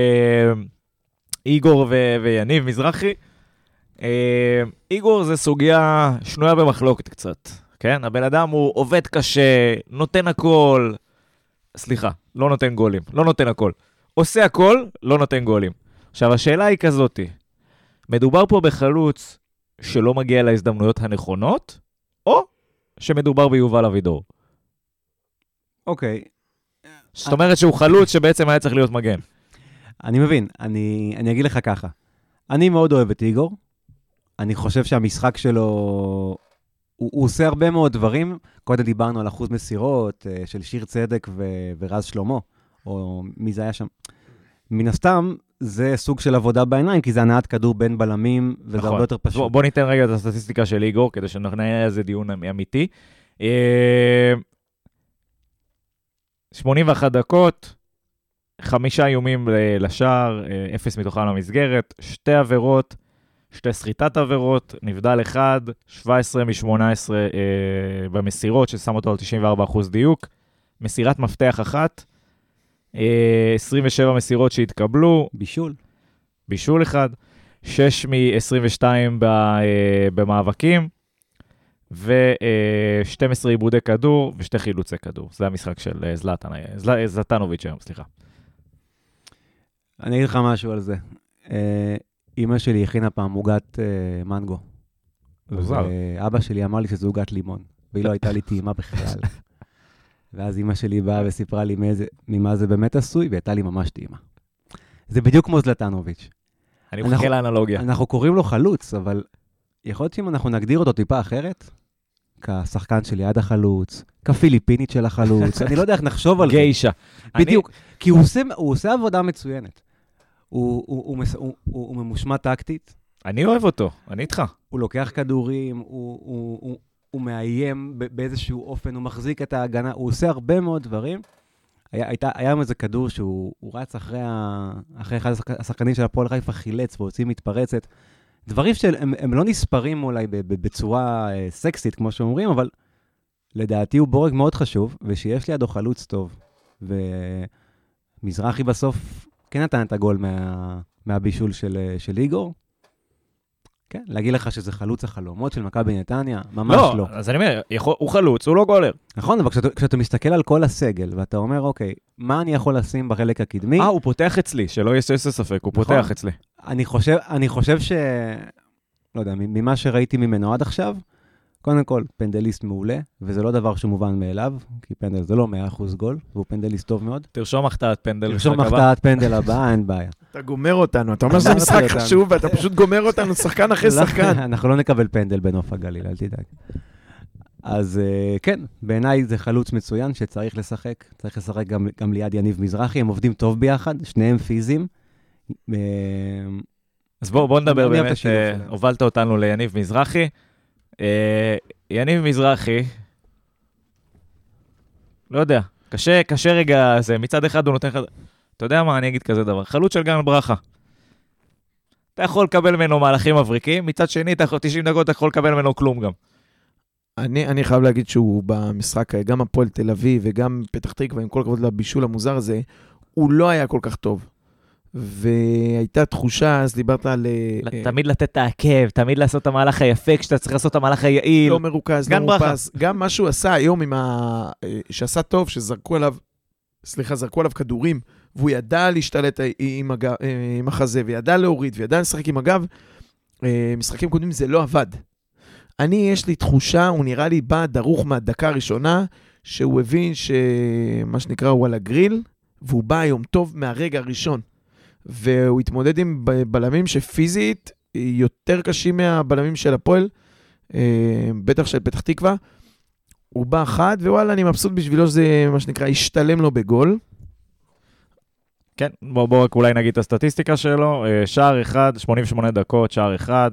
[SPEAKER 1] איגור ויניב מזרחי. איגור זה סוגיה שנויה במחלוקת קצת. כן? הבן אדם הוא עובד קשה, נותן הכל. סליחה, לא נותן גולים. לא נותן הכל. עושה הכל, לא נותן גולים. עכשיו, השאלה היא כזאת. מדובר פה בחלוץ שלא מגיע להזדמנויות הנכונות, או שמדובר ביובל אבידור?
[SPEAKER 2] אוקיי.
[SPEAKER 1] זאת אומרת שהוא חלוץ שבעצם היה צריך להיות מגן.
[SPEAKER 2] אני מבין, אני אגיד לך ככה. אני מאוד אוהב את איגור. אני חושב שהמשחק שלו הוא עושה הרבה מאוד דברים. קודם דיברנו על אחוז מסירות של שיר צדק ורז שלמה, או מי זה היה שם. מן הסתם, זה סוג של עבודה בעיניים, כי זה הנעת כדור בין בלמים, וזה הרבה יותר פשוט.
[SPEAKER 1] בוא ניתן רגע את הסטטיסטיקה של איגור, כדי שנהיה איזה דיון אמיתי. 81 דקות, 5 איומים לשער, 0 מתוכם למסגרת, 2 עבירות, 2 סחיטת עבירות, נבדל 1, 17 מ-18 במסירות, ששם אותו על 94% דיוק, מסירת מפתח 1, 27 מסירות שהתקבלו, בישול 1, 6 מ-22 במאבקים, ו-12 עיבודי כדור ו2 חילוצי כדור. זה המשחק של זלטנוביץ' היום, סליחה.
[SPEAKER 2] אני אגיד לך משהו על זה. אמא שלי הכינה פעם עוגת מנגו.
[SPEAKER 1] מוזר.
[SPEAKER 2] ואבא שלי אמר לי שזה עוגת לימון, והיא לא הייתה לי טעימה בכלל. ואז אמא שלי באה וסיפרה לי ממה זה באמת עשוי, והייתה לי ממש טעימה. זה בדיוק כמו זלטנוביץ'.
[SPEAKER 1] אני מחכה לאנלוגיה.
[SPEAKER 2] אנחנו קוראים לו חלוץ, אבל יכול להיות שאם אנחנו נגדיר אותו טיפה אחרת, כשחקן של יד החלוץ, כפיליפינית של החלוץ, אני לא יודע איך נחשוב על זה.
[SPEAKER 1] גיישה.
[SPEAKER 2] בדיוק, כי הוא עושה עבודה מצוינת. הוא ממושמע טקטית.
[SPEAKER 1] אני אוהב אותו, אני איתך.
[SPEAKER 2] הוא לוקח כדורים, הוא מאיים באיזשהו אופן, הוא מחזיק את ההגנה, הוא עושה הרבה מאוד דברים. היה איזה כדור שהוא רץ אחרי אחד השחקנים של הפועל חיפה, חילץ והוציא מתפרצת. דברים שהם לא נספרים אולי בצורה סקסית, כמו שאומרים, אבל לדעתי הוא בורג מאוד חשוב, ושיש לידו חלוץ טוב. ומזרחי בסוף כן נתן את הגול מהבישול של איגור. כן, להגיד לך שזה חלוץ החלומות של מכבי נתניה, ממש לא.
[SPEAKER 1] לא, אז אני אומר, הוא חלוץ, הוא לא גולר.
[SPEAKER 2] נכון, אבל כשאתה מסתכל על כל הסגל, ואתה אומר, אוקיי, מה אני יכול לשים בחלק הקדמי?
[SPEAKER 1] הוא פותח אצלי, שלא יש ספק, הוא פותח אצלי.
[SPEAKER 2] אני חושב לא יודע, ממה שראיתי ממנו עד עכשיו, קודם כל, פנדליסט מעולה, וזה לא דבר שמובן מאליו, כי פנדל זה לא 100% גול, והוא פנדליסט טוב מאוד.
[SPEAKER 1] תרשום מחטאת פנדל.
[SPEAKER 2] תרשום מחטאת פנדל הבאה, אין בעיה.
[SPEAKER 3] אתה גומר אותנו, אתה אומר שזה משחק חשוב, ואתה פשוט גומר אותנו שחקן אחרי שחקן.
[SPEAKER 2] אנחנו לא נקבל פנדל בנוף הגליל, אל תדאג. אז כן, בעיניי זה חלוץ מצוין שצריך לשחק, צריך לשחק גם ליד יניב מזרחי, הם עובדים טוב ביחד, שניהם פיזיים.
[SPEAKER 1] אז בואו נדבר באמת, הובלת אותנו ליניב מזרחי. יניב מזרחי, לא יודע, קשה רגע, זה מצד אחד הוא נותן לך, אתה יודע מה, אני אגיד כזה דבר, חלוץ של גן ברכה. אתה יכול לקבל ממנו מהלכים מבריקים, מצד שני, 90 דקות אתה יכול לקבל ממנו כלום גם.
[SPEAKER 3] אני חייב להגיד שהוא במשחק, גם הפועל תל אביב וגם פתח תקווה, עם כל הכבוד לבישול המוזר הזה, הוא לא היה כל כך טוב. והייתה תחושה, אז דיברת על...
[SPEAKER 1] תמיד לתת את העקב, תמיד לעשות את המהלך היפה, כשאתה צריך לעשות את המהלך היעיל.
[SPEAKER 3] לא מרוכז, לא מרופס. גם מה שהוא עשה היום שעשה טוב, שזרקו עליו כדורים, והוא ידע להשתלט עם החזה, וידע להוריד, וידע לשחק עם הגב, משחקים קודמים זה לא עבד. יש לי תחושה, הוא נראה לי בא דרוך מהדקה הראשונה, שהוא הבין שמה שנקרא הוא על הגריל, והוא בא היום טוב מהרגע הראשון. והוא התמודד עם בלמים שפיזית יותר קשים מהבלמים של הפועל, בטח של פתח תקווה. הוא בא אחד, ווואלה, אני מבסוט בשבילו שזה מה שנקרא, השתלם לו בגול.
[SPEAKER 1] כן, בואו רק אולי נגיד את הסטטיסטיקה שלו. שער אחד, 88 דקות, שער אחד,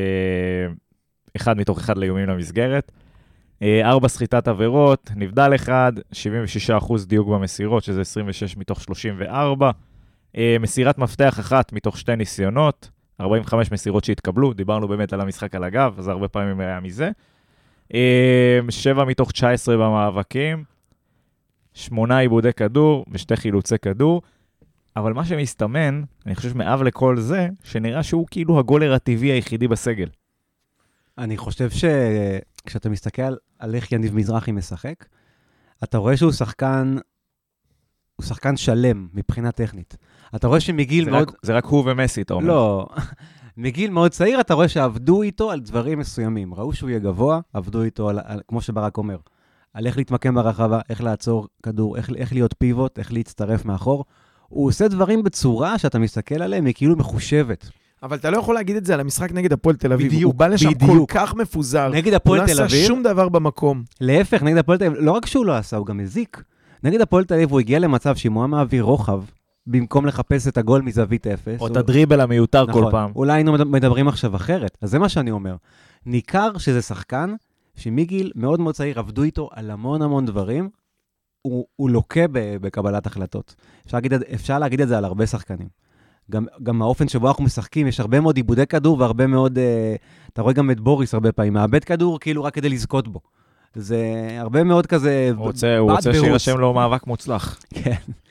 [SPEAKER 1] 1 מתוך 1 לאיומים למסגרת. 4 סחיטת עבירות, נבדל 1, 76% דיוק במסירות, שזה 26 מתוך 34. מסירת מפתח 1 מתוך 2 ניסיונות, 45 מסירות שהתקבלו, דיברנו באמת על המשחק על הגב, אז הרבה פעמים היה מזה. 7 מתוך 19 במאבקים, 8 עיבודי כדור ו2 חילוצי כדור, אבל מה שמסתמן, אני חושב מאב לכל זה, שנראה שהוא כאילו הגולר הטבעי היחידי בסגל.
[SPEAKER 2] אני חושב שכשאתה מסתכל על איך יניב מזרחי משחק, אתה רואה שהוא שחקן שלם מבחינה טכנית. אתה רואה שמגיל מאוד...
[SPEAKER 1] זה רק הוא ומסי, אתה אומר.
[SPEAKER 2] לא. מגיל מאוד צעיר, אתה רואה שעבדו איתו על דברים מסוימים. ראו שהוא יהיה גבוה, עבדו איתו, כמו שברק אומר, על איך להתמקם ברחבה, איך לעצור כדור, איך להיות פיבוט, איך להצטרף מאחור. הוא עושה דברים בצורה שאתה מסתכל עליהם, היא כאילו מחושבת.
[SPEAKER 3] אבל אתה לא יכול להגיד את זה על המשחק נגד הפועל תל אביב.
[SPEAKER 2] בדיוק,
[SPEAKER 3] הוא בא לשם כל כך מפוזר.
[SPEAKER 2] נגד הפועל תל
[SPEAKER 3] הוא לא
[SPEAKER 2] אביב,
[SPEAKER 3] עשה שום דבר במקום.
[SPEAKER 2] להפך, נגד הפועל תל אביב, לא רק שהוא לא עשה, הוא גם הזיק. נגד הפועל תל אביב הוא הגיע למצב שאם הוא היה מעביר רוחב, במקום לחפש את הגול מזווית אפס.
[SPEAKER 1] או את הדריבל המיותר
[SPEAKER 2] נכון,
[SPEAKER 1] כל פעם.
[SPEAKER 2] אולי היינו מדברים עכשיו אחרת. אז זה מה שאני אומר. ניכר שזה שחקן שמגיל מאוד מאוד צעיר עבדו איתו על המון המון דברים, הוא לוקה בקבלת החלטות. אפשר להגיד את זה על הרבה שחקנים. גם האופן שבו אנחנו משחקים, יש הרבה מאוד עיבודי כדור והרבה מאוד, אתה רואה גם את בוריס הרבה פעמים, מאבד כדור כאילו רק כדי לזכות בו. זה הרבה מאוד כזה...
[SPEAKER 1] הוא רוצה שירשם לו מאבק מוצלח.
[SPEAKER 2] כן.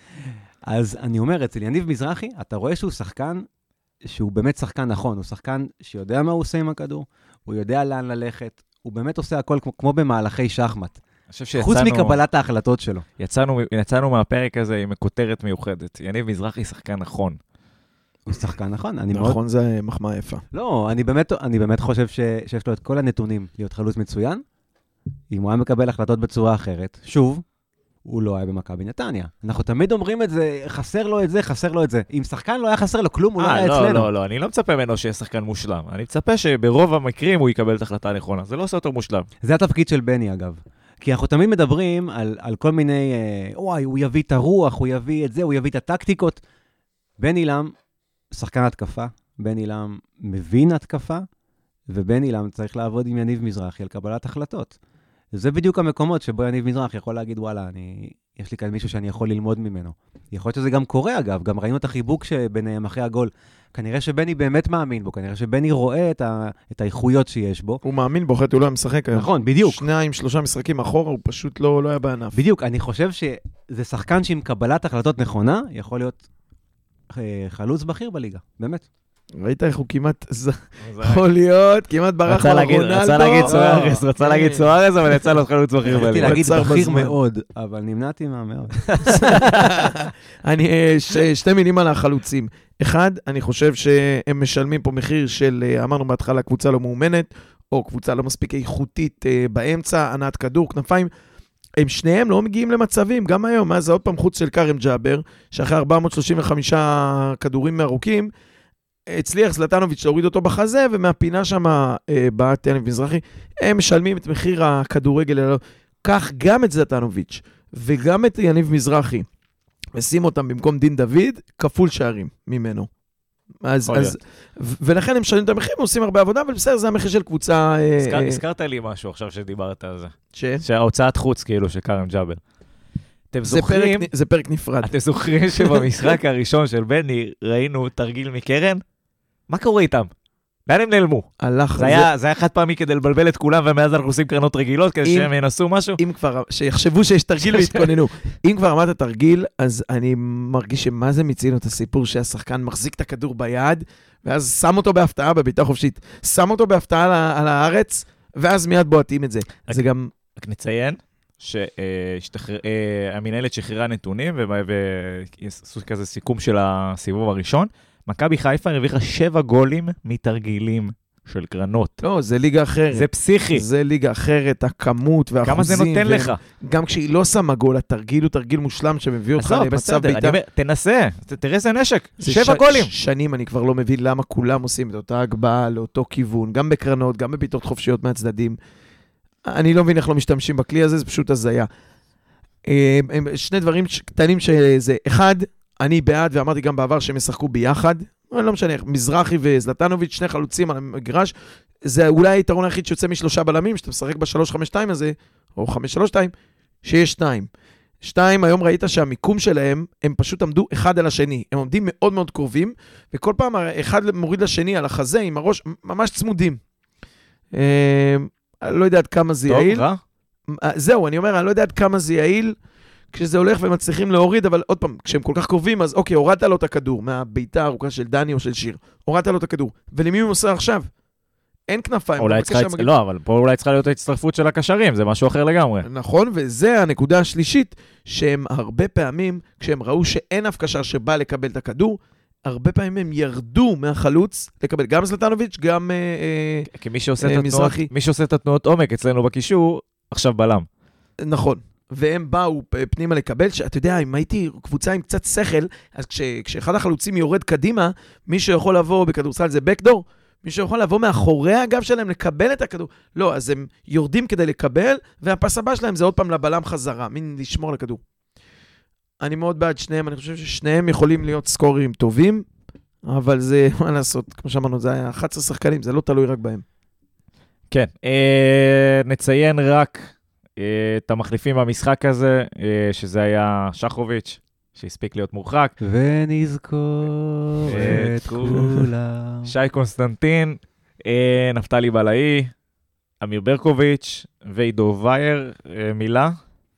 [SPEAKER 2] אז אני אומר, אצל יניב מזרחי, אתה רואה שהוא שחקן, שהוא באמת שחקן נכון, הוא שחקן שיודע מה הוא עושה עם הכדור, הוא יודע לאן ללכת, הוא באמת עושה הכל כמו במהלכי שחמט. חוץ מקבלת ההחלטות שלו.
[SPEAKER 1] יצאנו מהפרק הזה עם כותרת מיוחדת. יניב מזרחי שחקן נכון.
[SPEAKER 2] הוא שחקן נכון.
[SPEAKER 3] נכון, זה מחמאה יפה.
[SPEAKER 2] לא, אני באמת חושב שיש לו את כל הנתונים להיות חלוץ מצוין. אם הוא היה מקבל החלטות בצורה אחרת, שוב, הוא לא היה במכבי נתניה. אנחנו תמיד אומרים את זה, חסר לו את זה, חסר לו את זה. אם שחקן לא היה חסר לו כלום, הוא לא היה אצלנו.
[SPEAKER 1] לא, אני לא מצפה ממנו שיהיה שחקן מושלם. אני מצפה שברוב המקרים הוא יקבל את ההחלטה הנכונה. זה לא עושה אותו מושלם.
[SPEAKER 2] זה התפקיד של בני, אגב. כי אנחנו תמיד מדברים על כל מיני, וואי, הוא יביא את הרוח, הוא יביא את זה, הוא יביא את הטקטיקות. בני לם, שחקן התקפה, בני לם מבין התקפה, ובני לם צריך לעבוד עם יניב מזרחי על קבלת החלטות. זה בדיוק המקומות שבו יניב מזרחי יכול להגיד, וואלה, יש לי כאן מישהו שאני יכול ללמוד ממנו. יכול להיות שזה גם קורה, אגב, גם ראינו את החיבוק שביניהם אחרי הגול. כנראה שבני באמת מאמין בו, כנראה שבני רואה את האיכויות שיש בו.
[SPEAKER 3] הוא מאמין בו, הוא לא משחק היום.
[SPEAKER 2] נכון, בדיוק.
[SPEAKER 3] 2-3 משחקים אחורה, הוא פשוט לא היה בענף.
[SPEAKER 2] בדיוק, אני חושב שזה שחקן שעם קבלת החלטות נכונה, יכול להיות חלוץ בכיר בליגה, באמת.
[SPEAKER 3] ראית איך הוא כמעט יכול להיות, כמעט ברח מרונלדו.
[SPEAKER 1] רצה להגיד סוארז, אבל יצא לו חלוץ בכיר בליגה.
[SPEAKER 2] רציתי להגיד בכיר מאוד, אבל נמנעתי מהמאוד.
[SPEAKER 3] שתי מילים על החלוצים. אחד, אני חושב שהם משלמים פה מחיר של, אמרנו בהתחלה, קבוצה לא מאומנת, או קבוצה לא מספיק איכותית באמצע, ענת כדור, כנפיים. הם שניהם לא מגיעים למצבים, גם היום, אז זה עוד פעם חוץ של קרם ג'אבר, שאחרי 435 כדורים מארוכים, הצליח זלטנוביץ' להוריד אותו בחזה, ומהפינה שם באת יניב מזרחי, הם משלמים את מחיר הכדורגל, כך גם את זלטנוביץ' וגם את יניב מזרחי, ושים אותם במקום דין דוד, כפול שערים ממנו. ולכן הם משלמים את המחיר, הם עושים הרבה עבודה, אבל בסדר, זה המחיר של קבוצה...
[SPEAKER 1] הזכרת לי משהו עכשיו שדיברת על זה. שההוצאת חוץ כאילו של קרם ג'אבר.
[SPEAKER 3] זה פרק נפרד.
[SPEAKER 1] אתם זוכרים שבמשחק הראשון של בני ראינו תרגיל מקרן? מה קורה איתם? לאן הם נעלמו? זה היה חד פעמי כדי לבלבל את כולם, ומאז אנחנו עושים קרנות רגילות כדי שהם ינסו משהו.
[SPEAKER 3] אם כבר, שיחשבו שיש תרגיל והתכוננו. אם כבר אמרת תרגיל, אז אני מרגיש שמה זה מצינו את הסיפור שהשחקן מחזיק את הכדור ביד, ואז שם אותו בהפתעה בביתה חופשית. שם אותו בהפתעה על הארץ, ואז מיד בועטים את זה. זה גם...
[SPEAKER 1] רק נציין שהמנהלת שחררה נתונים, ועשו כזה סיכום של הסיבוב הראשון, מכבי חיפה הרוויחה 7 גולים מתרגילים של קרנות.
[SPEAKER 3] לא, זה ליגה אחרת.
[SPEAKER 1] זה פסיכי.
[SPEAKER 3] זה ליגה אחרת, הכמות והאחוזים.
[SPEAKER 1] כמה זה נותן לך?
[SPEAKER 3] גם כשהיא לא שמה גול, התרגיל הוא תרגיל מושלם שמביא אותך למצב ביתה.
[SPEAKER 1] תנסה, תראה איזה נשק. 7 גולים.
[SPEAKER 3] שנים אני כבר לא מבין למה כולם עושים את אותה הגבהה לאותו כיוון, גם בקרנות, גם בביתות חופשיות מהצדדים. אני לא מבין איך לא משתמשים בכלי הזה, זה פשוט הזיה. שני דברים קטנים שזה, אחד, אני בעד, ואמרתי גם בעבר שהם ישחקו ביחד, לא משנה, מזרחי וזלטנוביץ', שני חלוצים על המגרש, זה אולי היתרון היחיד שיוצא מ3 בלמים, שאתה משחק ב3-5-2 הזה, או 5-3-2, שיש 2. 2, היום ראית שהמיקום שלהם, הם פשוט עמדו אחד על השני, הם עומדים מאוד מאוד קרובים, וכל פעם אחד מוריד לשני על החזה, עם הראש, ממש צמודים. אני לא יודע עד כמה זה יעיל.
[SPEAKER 1] טוב, רע?
[SPEAKER 3] זהו, אני אומר, אני לא יודע עד כמה זה יעיל, כשזה הולך ומצליחים להוריד, אבל עוד פעם, כשהם כל כך קרובים, אז אוקיי, הורדת לו את הכדור, מהביתה הארוכה של דני או של שיר, הורדת לו את הכדור, ולמי הוא מוסר עכשיו? אין כנפיים.
[SPEAKER 1] לא, אבל פה אולי צריכה להיות ההצטרפות של הקשרים, זה משהו אחר לגמרי.
[SPEAKER 3] נכון, וזה הנקודה השלישית, שהם הרבה פעמים, כשהם ראו שאין אף קשר שבא לקבל את הכדור, הרבה פעמים הם ירדו מהחלוץ לקבל גם זלטנוביץ', גם
[SPEAKER 1] מזרחי. מי שעושה את התנועות עומק אצלנו בקישור, עכשיו בלם.
[SPEAKER 3] נכון. והם באו פנימה לקבל, שאתה יודע, אם הייתי קבוצה עם קצת שכל, אז כשאחד החלוצים יורד קדימה, מי שיכול לבוא בכדורסל זה בקדור, מי שיכול לבוא מאחורי הגב שלהם לקבל את הכדור. לא, אז הם יורדים כדי לקבל, והפס הבא שלהם זה עוד פעם לבלם חזרה, מין לשמור לכדור. אני מאוד בעד שניהם, אני חושב ששניהם יכולים להיות סקוררים טובים, אבל זה, מה לעשות, כמו שאמרנו, זה היה 11 שחקנים, זה לא תלוי רק בהם.
[SPEAKER 1] כן, נציין רק את המחליפים במשחק הזה, שזה היה שחוביץ', שהספיק להיות מורחק.
[SPEAKER 2] ונזכור את כולם.
[SPEAKER 1] שי קונסטנטין, נפתלי בלעי, אמיר ברקוביץ' ועידו וייר, מילה?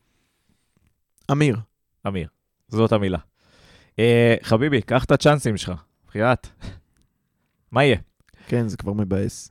[SPEAKER 3] אמיר,
[SPEAKER 1] זאת המילה. חביבי, קח את הצ'אנסים שלך, בחיית. מה יהיה?
[SPEAKER 3] כן, זה כבר מבאס.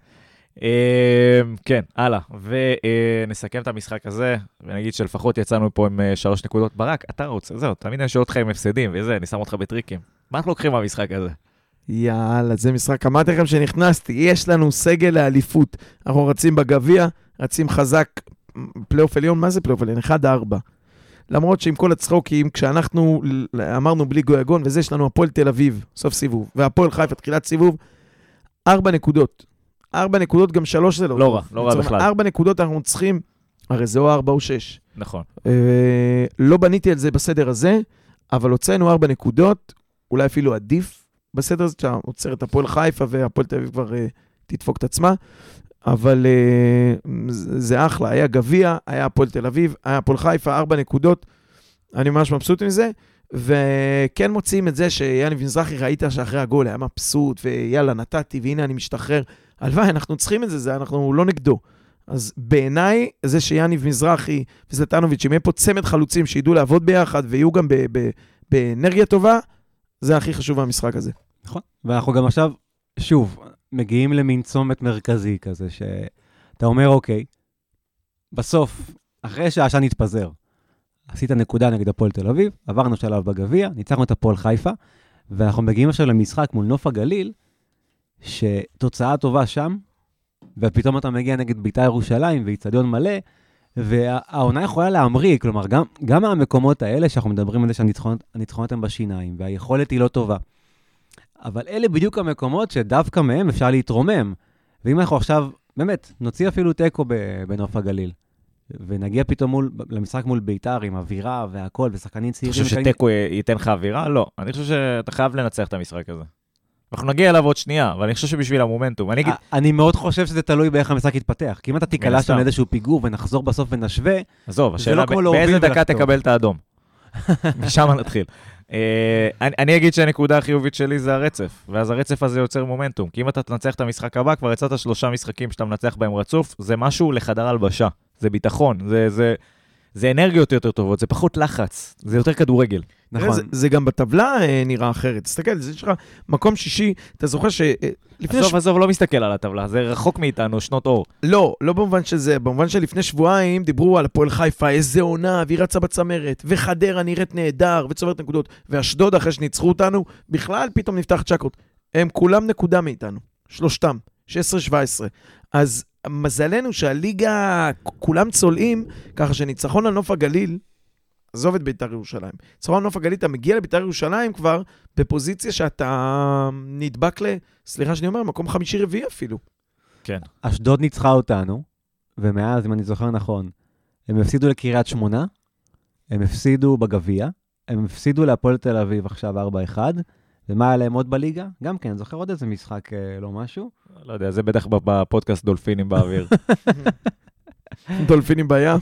[SPEAKER 1] כן, הלאה. ונסכם את המשחק הזה, ונגיד שלפחות יצאנו פה עם 3 נקודות. ברק, אתה רוצה, זהו, תמיד אני שואל אותך עם הפסדים, וזה, אני שם אותך בטריקים. מה אנחנו לוקחים מהמשחק הזה?
[SPEAKER 3] יאללה, זה משחק. אמרתי לכם שנכנסתי, יש לנו סגל לאליפות. אנחנו רצים בגביע, רצים חזק, פלייאוף עליון, מה זה פלייאוף עליון? 1-4. למרות שעם כל הצחוקים, כשאנחנו אמרנו בלי גויגון, וזה יש לנו הפועל תל אביב, סוף סיבוב, והפועל חיפה, תחילת סיבוב, 4 נקודות. 4 נקודות, גם 3 זה
[SPEAKER 1] לא רע, לא רע בכלל.
[SPEAKER 3] 4 נקודות אנחנו צריכים, הרי זה או 4 או 6.
[SPEAKER 1] נכון.
[SPEAKER 3] לא בניתי על זה בסדר הזה, אבל הוצאנו 4 נקודות, אולי אפילו עדיף בסדר הזה, שעוצר את הפועל חיפה, והפועל תל אביב כבר תדפוק את עצמה, אבל זה אחלה, היה גביע, היה הפועל תל אביב, היה הפועל חיפה, 4 נקודות, אני ממש מבסוט מזה, וכן מוצאים את זה שיאניב מזרחי ראית שאחרי הגול היה מבסוט, ויאללה נתתי, והנה אני משתחרר, הלוואי, אנחנו צריכים את זה, אנחנו לא נגדו. אז בעיניי, זה שיאניב מזרחי וזלטנוביץ', אם יהיה פה צמד חלוצים שידעו לעבוד ביחד, ויהיו גם באנרגיה טובה, זה הכי חשוב במשחק הזה.
[SPEAKER 2] נכון. ואנחנו גם עכשיו, שוב, מגיעים למין צומת מרכזי כזה, שאתה אומר, אוקיי, בסוף, אחרי שהעשן נתפזר, עשית נקודה נגד הפועל תל אביב, עברנו שלב בגביע, ניצחנו את הפועל חיפה, ואנחנו מגיעים עכשיו למשחק מול נוף הגליל, שתוצאה טובה שם, ופתאום אתה מגיע נגד בית"ר ירושלים, ואיצטדיון מלא, והעונה יכולה להמריא, כלומר, גם המקומות האלה שאנחנו מדברים על זה שהניצחונות הם בשיניים, והיכולת היא לא טובה. אבל אלה בדיוק המקומות שדווקא מהם אפשר להתרומם. ואם אנחנו עכשיו, באמת, נוציא אפילו טקו בנוף הגליל, ונגיע פתאום למשחק מול בית"ר עם אווירה והכל, ושחקנים צעירים.
[SPEAKER 1] אתה חושב שטקו ייתן לך אווירה? לא. אני חושב שאתה חייב לנצח את המשחק הזה. אנחנו נגיע אליו עוד שנייה, אבל אני חושב שבשביל המומנטום.
[SPEAKER 2] אני מאוד חושב שזה תלוי באיך המשחק יתפתח. כי אם אתה תיקלה שם לאיזשהו פיגור ונחזור בסוף ונשווה,
[SPEAKER 1] עזוב, השאלה באיזה דקה תקבל את האדום. משם נתחיל. אני אגיד שהנקודה החיובית שלי זה הרצף, ואז הרצף הזה יוצר מומנטום. כי אם אתה תנצח את המשחק הבא, כבר יצאת 3 משחקים שאתה מנצח בהם רצוף, זה משהו לחדר הלבשה. זה ביטחון, זה אנרגיות יותר טובות, זה פחות לחץ, זה יותר כדורגל.
[SPEAKER 3] נכון. זה גם בטבלה נראה אחרת. תסתכל, זה שלך מקום 6, אתה זוכר ש...
[SPEAKER 1] עזוב, לא מסתכל על הטבלה, זה רחוק מאיתנו, שנות אור.
[SPEAKER 3] לא במובן שזה, במובן שלפני שבועיים דיברו על הפועל חיפה, איזה עונה, והיא רצה בצמרת, וחדרה נראית נהדר, וצוברת נקודות, ואשדוד אחרי שניצחו אותנו, בכלל פתאום נפתח צ'קות. הם כולם נקודה מאיתנו, 3, 16-17. אז מזלנו שהליגה, כולם צולעים, ככה שניצחון על נוף הגליל, עזוב את בית"ר ירושלים. ניצחון על נוף הגליל, אתה מגיע לבית"ר ירושלים כבר בפוזיציה שאתה נדבק סליחה שאני אומר, מקום 5-4 אפילו.
[SPEAKER 1] כן.
[SPEAKER 2] אשדוד ניצחה אותנו, ומאז, אם אני זוכר נכון, הם הפסידו לקריית שמונה, הם הפסידו בגביע, הם הפסידו להפועל תל אביב עכשיו 4-1, ומה היה להם עוד בליגה? גם כן, זוכר עוד איזה משחק לא משהו?
[SPEAKER 1] לא יודע, זה בטח בפודקאסט דולפינים באוויר.
[SPEAKER 3] דולפינים בים.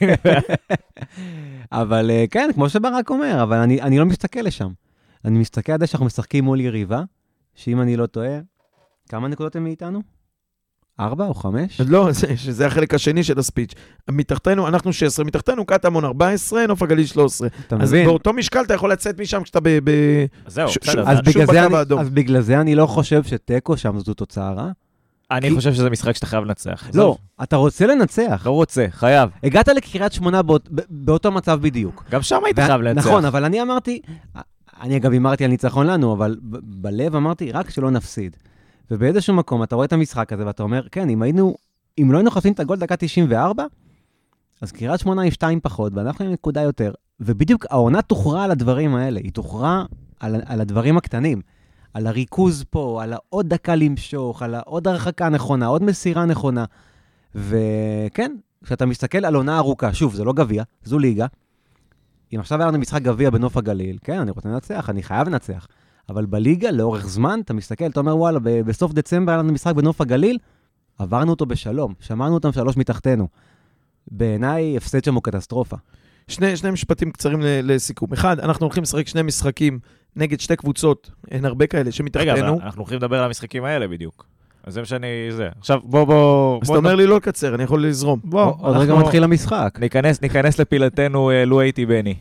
[SPEAKER 2] אבל כן, כמו שברק אומר, אבל אני לא מסתכל לשם. אני מסתכל על זה שאנחנו משחקים מול יריבה, שאם אני לא טועה, כמה נקודות הם מאיתנו? 4 או 5?
[SPEAKER 3] לא, שזה החלק השני של הספיץ'. מתחתנו, אנחנו 16, מתחתנו קטמון 14, נוף הגליל 13. אז באותו משקל אתה יכול לצאת משם כשאתה
[SPEAKER 1] זהו,
[SPEAKER 2] אז בגלל זה אני לא חושב שטקו שם זו תוצאה רעה.
[SPEAKER 1] אני חושב שזה משחק שאתה חייב לנצח.
[SPEAKER 2] לא, אתה רוצה לנצח.
[SPEAKER 1] לא רוצה, חייב.
[SPEAKER 2] הגעת לקריית שמונה באותו מצב בדיוק.
[SPEAKER 1] גם שם היית חייב לנצח.
[SPEAKER 2] נכון, אבל אני אמרתי, אני אגב אמרתי על ניצחון לנו, אבל בלב אמרתי רק שלא נפסיד. ובאיזשהו מקום אתה רואה את המשחק הזה ואתה אומר, כן, אם לא היינו חוסים את הגול דקה 94, אז קריית שמונה היא 2 פחות, ואנחנו עם נקודה יותר, ובדיוק העונה תוכרע על הדברים האלה, היא תוכרע על הדברים הקטנים, על הריכוז פה, על העוד דקה למשוך, על העוד הרחקה נכונה, עוד מסירה נכונה, וכן, כשאתה מסתכל על עונה ארוכה, שוב, זה לא גביע, זו ליגה, אם עכשיו היה לנו משחק גביע בנוף הגליל, כן, אני רוצה לנצח, אני חייב לנצח, אבל בליגה, לאורך זמן, אתה מסתכל, אתה אומר, וואלה, בסוף דצמבר היה לנו משחק בנוף הגליל, עברנו אותו בשלום, שמרנו אותם 3 מתחתנו. בעיניי, הפסד שם הוא קטסטרופה.
[SPEAKER 3] שני משפטים קצרים לסיכום. אחד, אנחנו הולכים לשחק 2 משחקים נגד 2 קבוצות, אין הרבה כאלה שמתחתנו.
[SPEAKER 1] רגע, אנחנו הולכים לדבר על המשחקים האלה בדיוק. אז זה מה שאני... עכשיו, בוא...
[SPEAKER 3] אז אתה אומר לי לא לקצר, אני יכול לזרום.
[SPEAKER 2] עוד רגע מתחיל המשחק.
[SPEAKER 1] ניכנס לפילתנו, לו הייתי בני.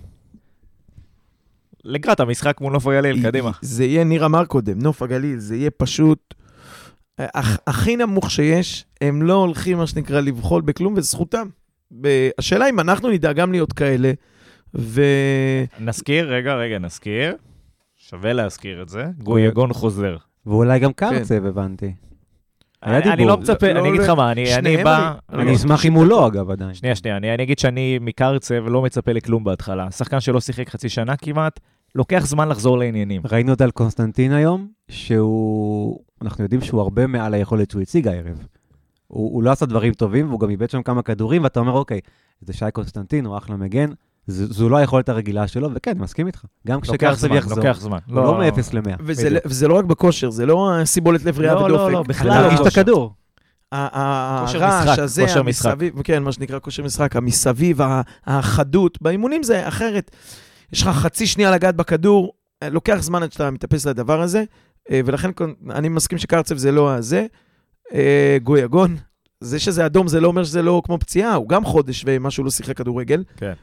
[SPEAKER 1] לקראת המשחק מול נוף הגליל, קדימה.
[SPEAKER 3] זה יהיה, ניר אמר קודם, נוף הגליל, זה יהיה פשוט... הכי נמוך שיש, הם לא הולכים, מה שנקרא, לבחול בכלום, וזכותם. השאלה אם אנחנו נדע גם להיות כאלה,
[SPEAKER 1] נזכיר, נזכיר. שווה להזכיר את זה. גויגון חוזר.
[SPEAKER 2] ואולי גם קרצב, הבנתי.
[SPEAKER 1] אני לא מצפה, אני אגיד לך מה, אני בא...
[SPEAKER 2] אני אשמח אם הוא לא, אגב, עדיין.
[SPEAKER 1] שנייה, אני אגיד שאני מקרצב לא מצפה לכלום בהתחלה. שחקן שלא שיחק חצי שנה כמעט, לוקח זמן לחזור לעניינים.
[SPEAKER 2] ראינו את על קונסטנטין היום, אנחנו יודעים שהוא הרבה מעל היכולת שהוא הציג הערב. הוא לא עשה דברים טובים, והוא גם איבד שם כמה כדורים, ואתה אומר, אוקיי, זה שי קונסטנטין, הוא אחלה מגן, זו לא היכולת הרגילה שלו, וכן, אני מסכים איתך. גם כשקרצב יחזור.
[SPEAKER 1] לוקח זמן.
[SPEAKER 2] לא מ-0 ל-100.
[SPEAKER 3] וזה לא רק בכושר, זה לא סיבולת לב ריאה ודופק.
[SPEAKER 1] לא, בכלל
[SPEAKER 2] לא. להרגיש את הכדור.
[SPEAKER 3] הרעש הזה, המסביב, כן, מה שנקרא כושר משחק, המסביב, החדות, באימונים זה אחרת. יש לך חצי שנייה לגעת בכדור, לוקח זמן עד שאתה מתאפס לדבר הזה, ולכן אני מסכים שקרצב זה לא הזה. גויגון, זה שזה אדום, זה לא אומר שזה לא כמו פציעה, הוא גם חודש ומשהו לא שיחק כדורגל.
[SPEAKER 1] כן.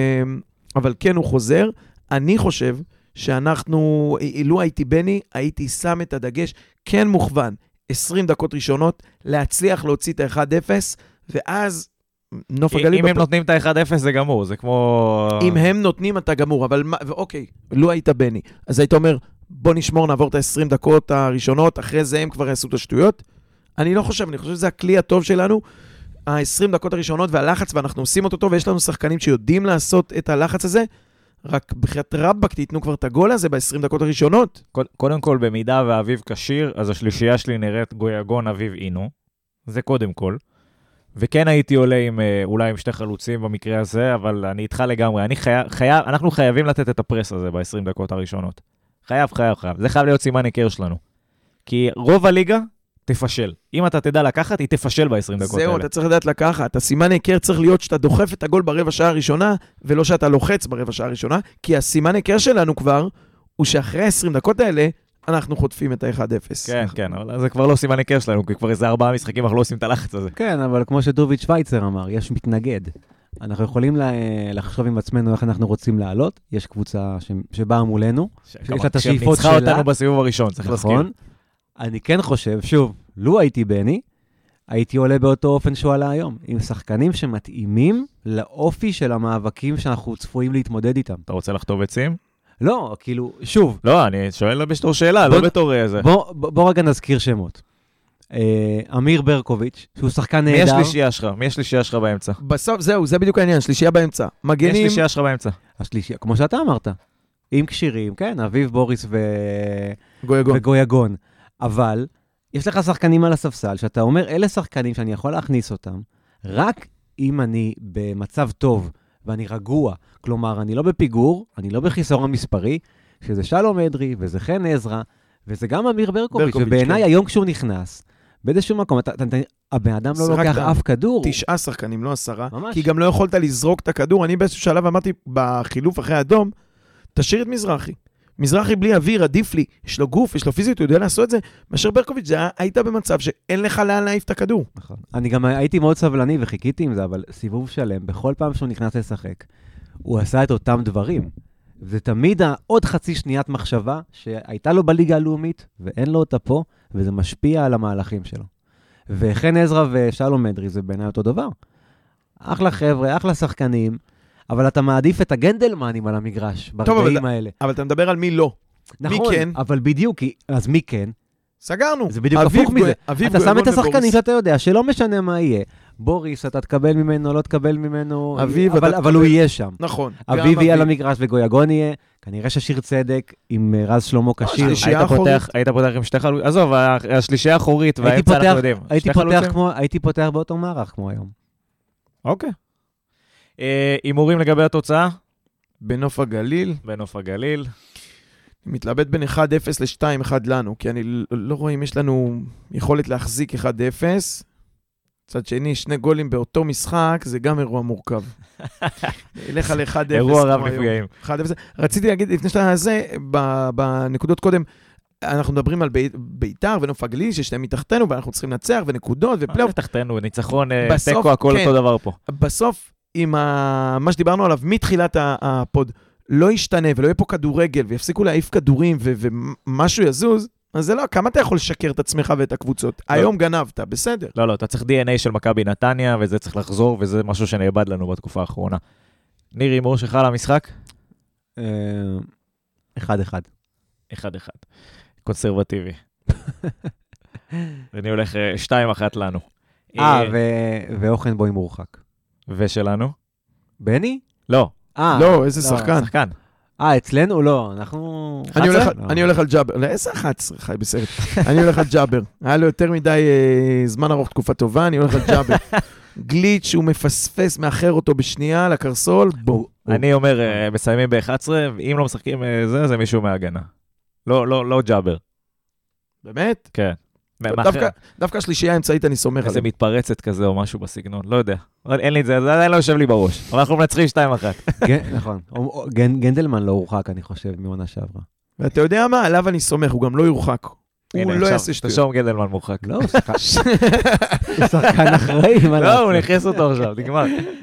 [SPEAKER 3] אבל כן, הוא חוזר. אני חושב שאנחנו, אילו הייתי בני, הייתי שם את הדגש, כן מוכוון, 20 דקות ראשונות, להצליח להוציא את ה-1-0, ואז נוף הגליל...
[SPEAKER 1] אם הם נותנים את ה-1-0 זה גמור, זה כמו...
[SPEAKER 3] אם הם נותנים אתה גמור, אבל אוקיי, לא היית בני. אז היית אומר, בוא נשמור, נעבור את ה-20 דקות הראשונות, אחרי זה הם כבר יעשו את השטויות. אני לא חושב, אני חושב שזה הכלי הטוב שלנו, ה-20 דקות הראשונות והלחץ, ואנחנו עושים אותו טוב, ויש לנו שחקנים שיודעים לעשות את הלחץ הזה, רק בחיית רבק תיתנו כבר את הגול הזה ב-20 דקות הראשונות.
[SPEAKER 1] קודם כל, במידה ואביב קשיר, אז השלישייה שלי נראית גויגון, אביב אינו. זה קודם כל. וכן הייתי עולה אולי עם 2 חלוצים במקרה הזה, אבל אני איתך לגמרי. אנחנו חייבים לתת את הפרס הזה ב-20 דקות הראשונות. חייב. זה חייב להיות סימן היכר שלנו. כי רוב הליגה תפשל. אם אתה תדע לקחת, היא תפשל ב-20 דקות האלה.
[SPEAKER 3] זהו, אתה צריך לדעת לקחת. הסימן היכר צריך להיות שאתה דוחף את הגול ברבע שעה הראשונה, ולא שאתה לוחץ ברבע שעה הראשונה, כי הסימן היכר שלנו כבר, הוא שאחרי 20 דקות האלה, אנחנו חוטפים את ה-1-0.
[SPEAKER 1] כן, אבל זה כבר לא סימן היכר שלנו, כי כבר איזה 4 משחקים אנחנו לא עושים את הלחץ הזה.
[SPEAKER 2] כן, אבל כמו שדוביץ' שוויצר אמר, יש מתנגד. אנחנו יכולים לחשוב עם עצמנו איך אנחנו רוצים לעלות. יש קבוצה שבאה מולנו, שיש לה את השאיפות שלה.
[SPEAKER 1] שניצחה אותנו בסיבוב הראשון, צריך להזכיר.
[SPEAKER 2] אני כן חושב, שוב, לו הייתי בני, הייתי עולה באותו אופן שהוא עלה היום, עם שחקנים שמתאימים לאופי של המאבקים שאנחנו צפויים להתמודד איתם.
[SPEAKER 1] אתה רוצה לכתוב עצים?
[SPEAKER 2] לא, כאילו, שוב.
[SPEAKER 1] לא, אני שואל בתור שאלה, לא בתור איזה.
[SPEAKER 2] בוא רגע נזכיר שמות. אמיר ברקוביץ', שהוא שחקן נהדר.
[SPEAKER 1] מי השלישייה שלך באמצע?
[SPEAKER 3] בסוף, זהו, זה בדיוק העניין, שלישייה באמצע. מגנים...
[SPEAKER 1] מי השלישייה שלך באמצע?
[SPEAKER 2] השלישייה, כמו שאתה אמרת. עם קשירים, כן, אביב בוריס וגויגון. אבל יש לך שחקנים על הספסל, שאתה אומר, אלה שחקנים שאני יכול להכניס אותם, רק אם אני במצב טוב ואני רגוע. כלומר, אני לא בפיגור, אני לא בחיסור המספרי, שזה שלום אדרי, וזה חן עזרא, וזה גם אמיר ברקוביץ', ובעיניי היום כשהוא נכנס, באיזשהו מקום, הבן אדם לא לוקח אף כדור.
[SPEAKER 3] 9 שחקנים, לא 10, כי גם לא יכולת לזרוק את הכדור. אני באיזשהו שלב אמרתי, בחילוף אחרי האדום, תשאיר את מזרחי. מזרחי בלי אוויר, עדיף לי, יש לו גוף, יש לו פיזיות, הוא יודע לעשות את זה, מאשר ברקוביץ' היית במצב שאין לך לאן להעיף את הכדור.
[SPEAKER 2] נכון. אני גם הייתי מאוד סבלני וחיכיתי עם זה, אבל סיבוב שלם, בכל פעם שהוא נכנס לשחק, הוא עשה את אותם דברים. זה תמיד עוד חצי שניית מחשבה שהייתה לו בליגה הלאומית, ואין לו אותה פה, וזה משפיע על המהלכים שלו. וחן עזרא ושלום אדרי זה בעיניי אותו דבר. אחלה חבר'ה, אחלה שחקנים, אבל אתה מעדיף את הגנדלמנים על המגרש, ברגעים האלה.
[SPEAKER 3] אבל אתה מדבר על מי לא.
[SPEAKER 2] נכון,
[SPEAKER 3] מי כן?
[SPEAKER 2] אבל בדיוק, אז מי כן?
[SPEAKER 3] סגרנו.
[SPEAKER 2] זה בדיוק הפוך מזה. אתה שם את השחקנים שאתה יודע, שלא משנה מה יהיה, בוריס, אתה תקבל ממנו, לא תקבל ממנו,
[SPEAKER 3] אביב,
[SPEAKER 2] אבל הוא יהיה שם.
[SPEAKER 3] נכון.
[SPEAKER 2] אביב יהיה על המגרש וגויגון יהיה, כנראה ששיר צדק עם רז שלמה כשיר.
[SPEAKER 1] היית פותח עם שתי חלוצים, עזוב, השלישייה האחורית והאמצע אנחנו יודעים.
[SPEAKER 2] הייתי פותח באותו מערך כמו היום.
[SPEAKER 1] אוקיי. הימורים לגבי התוצאה?
[SPEAKER 3] בנוף הגליל.
[SPEAKER 1] בנוף הגליל.
[SPEAKER 3] מתלבט בין 1-0 ל-2-1 לנו, כי אני לא רואה אם יש לנו יכולת להחזיק 1-0. צד שני, 2 גולים באותו משחק, זה גם אירוע מורכב. ילך על 1-0.
[SPEAKER 1] אירוע רב נפגעים.
[SPEAKER 3] 1-0. רציתי להגיד, לפני שאתה הזה, בנקודות קודם, אנחנו מדברים על ביתר ונוף הגליל, ששתיים מתחתנו, ואנחנו צריכים לנצח, ונקודות, ופלייאוף.
[SPEAKER 1] מתחתנו, ניצחון, תיקו, הכל אותו דבר פה.
[SPEAKER 3] בסוף, עם מה שדיברנו עליו מתחילת הפוד, לא ישתנה, ולא יהיה פה כדורגל, ויפסיקו להעיף כדורים, ומשהו יזוז, אז זה לא, כמה אתה יכול לשקר את עצמך ואת הקבוצות? היום גנבת, בסדר.
[SPEAKER 1] לא, אתה צריך DNA של מכבי נתניה, וזה צריך לחזור, וזה משהו שנאבד לנו בתקופה האחרונה. ניר, הימור שלך על המשחק?
[SPEAKER 2] 1-1.
[SPEAKER 1] 1-1. קונסרבטיבי. אני הולך 2-1 לנו.
[SPEAKER 2] ואוכנבוים מורחק.
[SPEAKER 1] ושלנו?
[SPEAKER 2] בני?
[SPEAKER 1] לא.
[SPEAKER 3] לא, איזה שחקן.
[SPEAKER 1] שחקן.
[SPEAKER 2] אצלנו לא, אנחנו...
[SPEAKER 3] אני הולך על ג'אבר. איזה 11, חי בסרט. אני הולך על ג'אבר. היה לו יותר מדי זמן ארוך, תקופה טובה, אני הולך על ג'אבר. גליץ' שהוא מפספס, מאחר אותו בשנייה לקרסול, בוא.
[SPEAKER 1] אני אומר, מסיימים ב-11, אם לא משחקים זה מישהו מהגנה. לא ג'אבר.
[SPEAKER 3] באמת?
[SPEAKER 1] כן.
[SPEAKER 3] דווקא השלישייה האמצעית אני סומך עליהם.
[SPEAKER 1] איזה מתפרצת כזה או משהו בסגנון, לא יודע. אין לי את זה, זה עדיין לא יושב לי בראש. אבל אנחנו מנצחים 2-1.
[SPEAKER 2] נכון. גנדלמן לא הורחק, אני חושב, מעונה שעברה.
[SPEAKER 3] ואתה יודע מה? עליו אני סומך, הוא גם לא יורחק. הוא לא יעשה שטויות.
[SPEAKER 1] תשום גנדלמן מורחק.
[SPEAKER 2] לא, הוא שחקן אחראי.
[SPEAKER 1] לא, הוא נכנס אותו עכשיו, נגמר.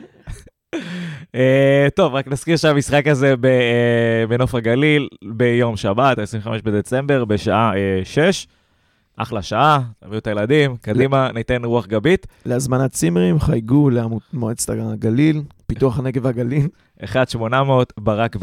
[SPEAKER 1] טוב, רק נזכיר שהמשחק הזה בנוף הגליל ביום שבת, 25 בדצמבר, בשעה 6. אחלה שעה, תביאו את הילדים, קדימה, ניתן רוח גבית.
[SPEAKER 3] להזמנת צימרים, חייגו למועצת הגליל, פיתוח הנגב והגליל.
[SPEAKER 1] 1-800, ברק.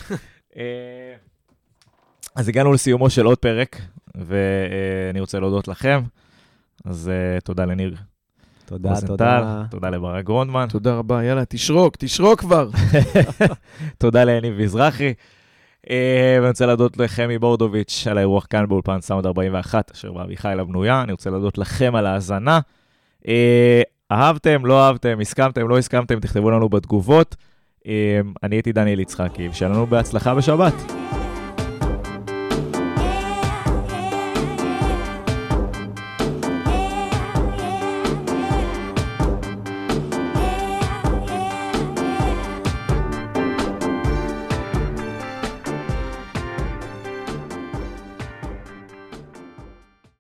[SPEAKER 1] אז הגענו לסיומו של עוד פרק, ואני רוצה להודות לכם. אז תודה לניר. תודה לברק גרונדמן.
[SPEAKER 3] תודה רבה, יאללה, תשרוק כבר.
[SPEAKER 1] תודה להניב מזרחי. ואני רוצה להודות לחמי בורדוביץ' על האירוח כאן באולפן סאונד 41, אשר באביחי לבנויה. אני רוצה להודות לכם על ההאזנה. אהבתם, לא אהבתם, הסכמתם, לא הסכמתם, תכתבו לנו בתגובות. אני הייתי דניאל יצחקי, ושיהיה לנו בהצלחה בשבת.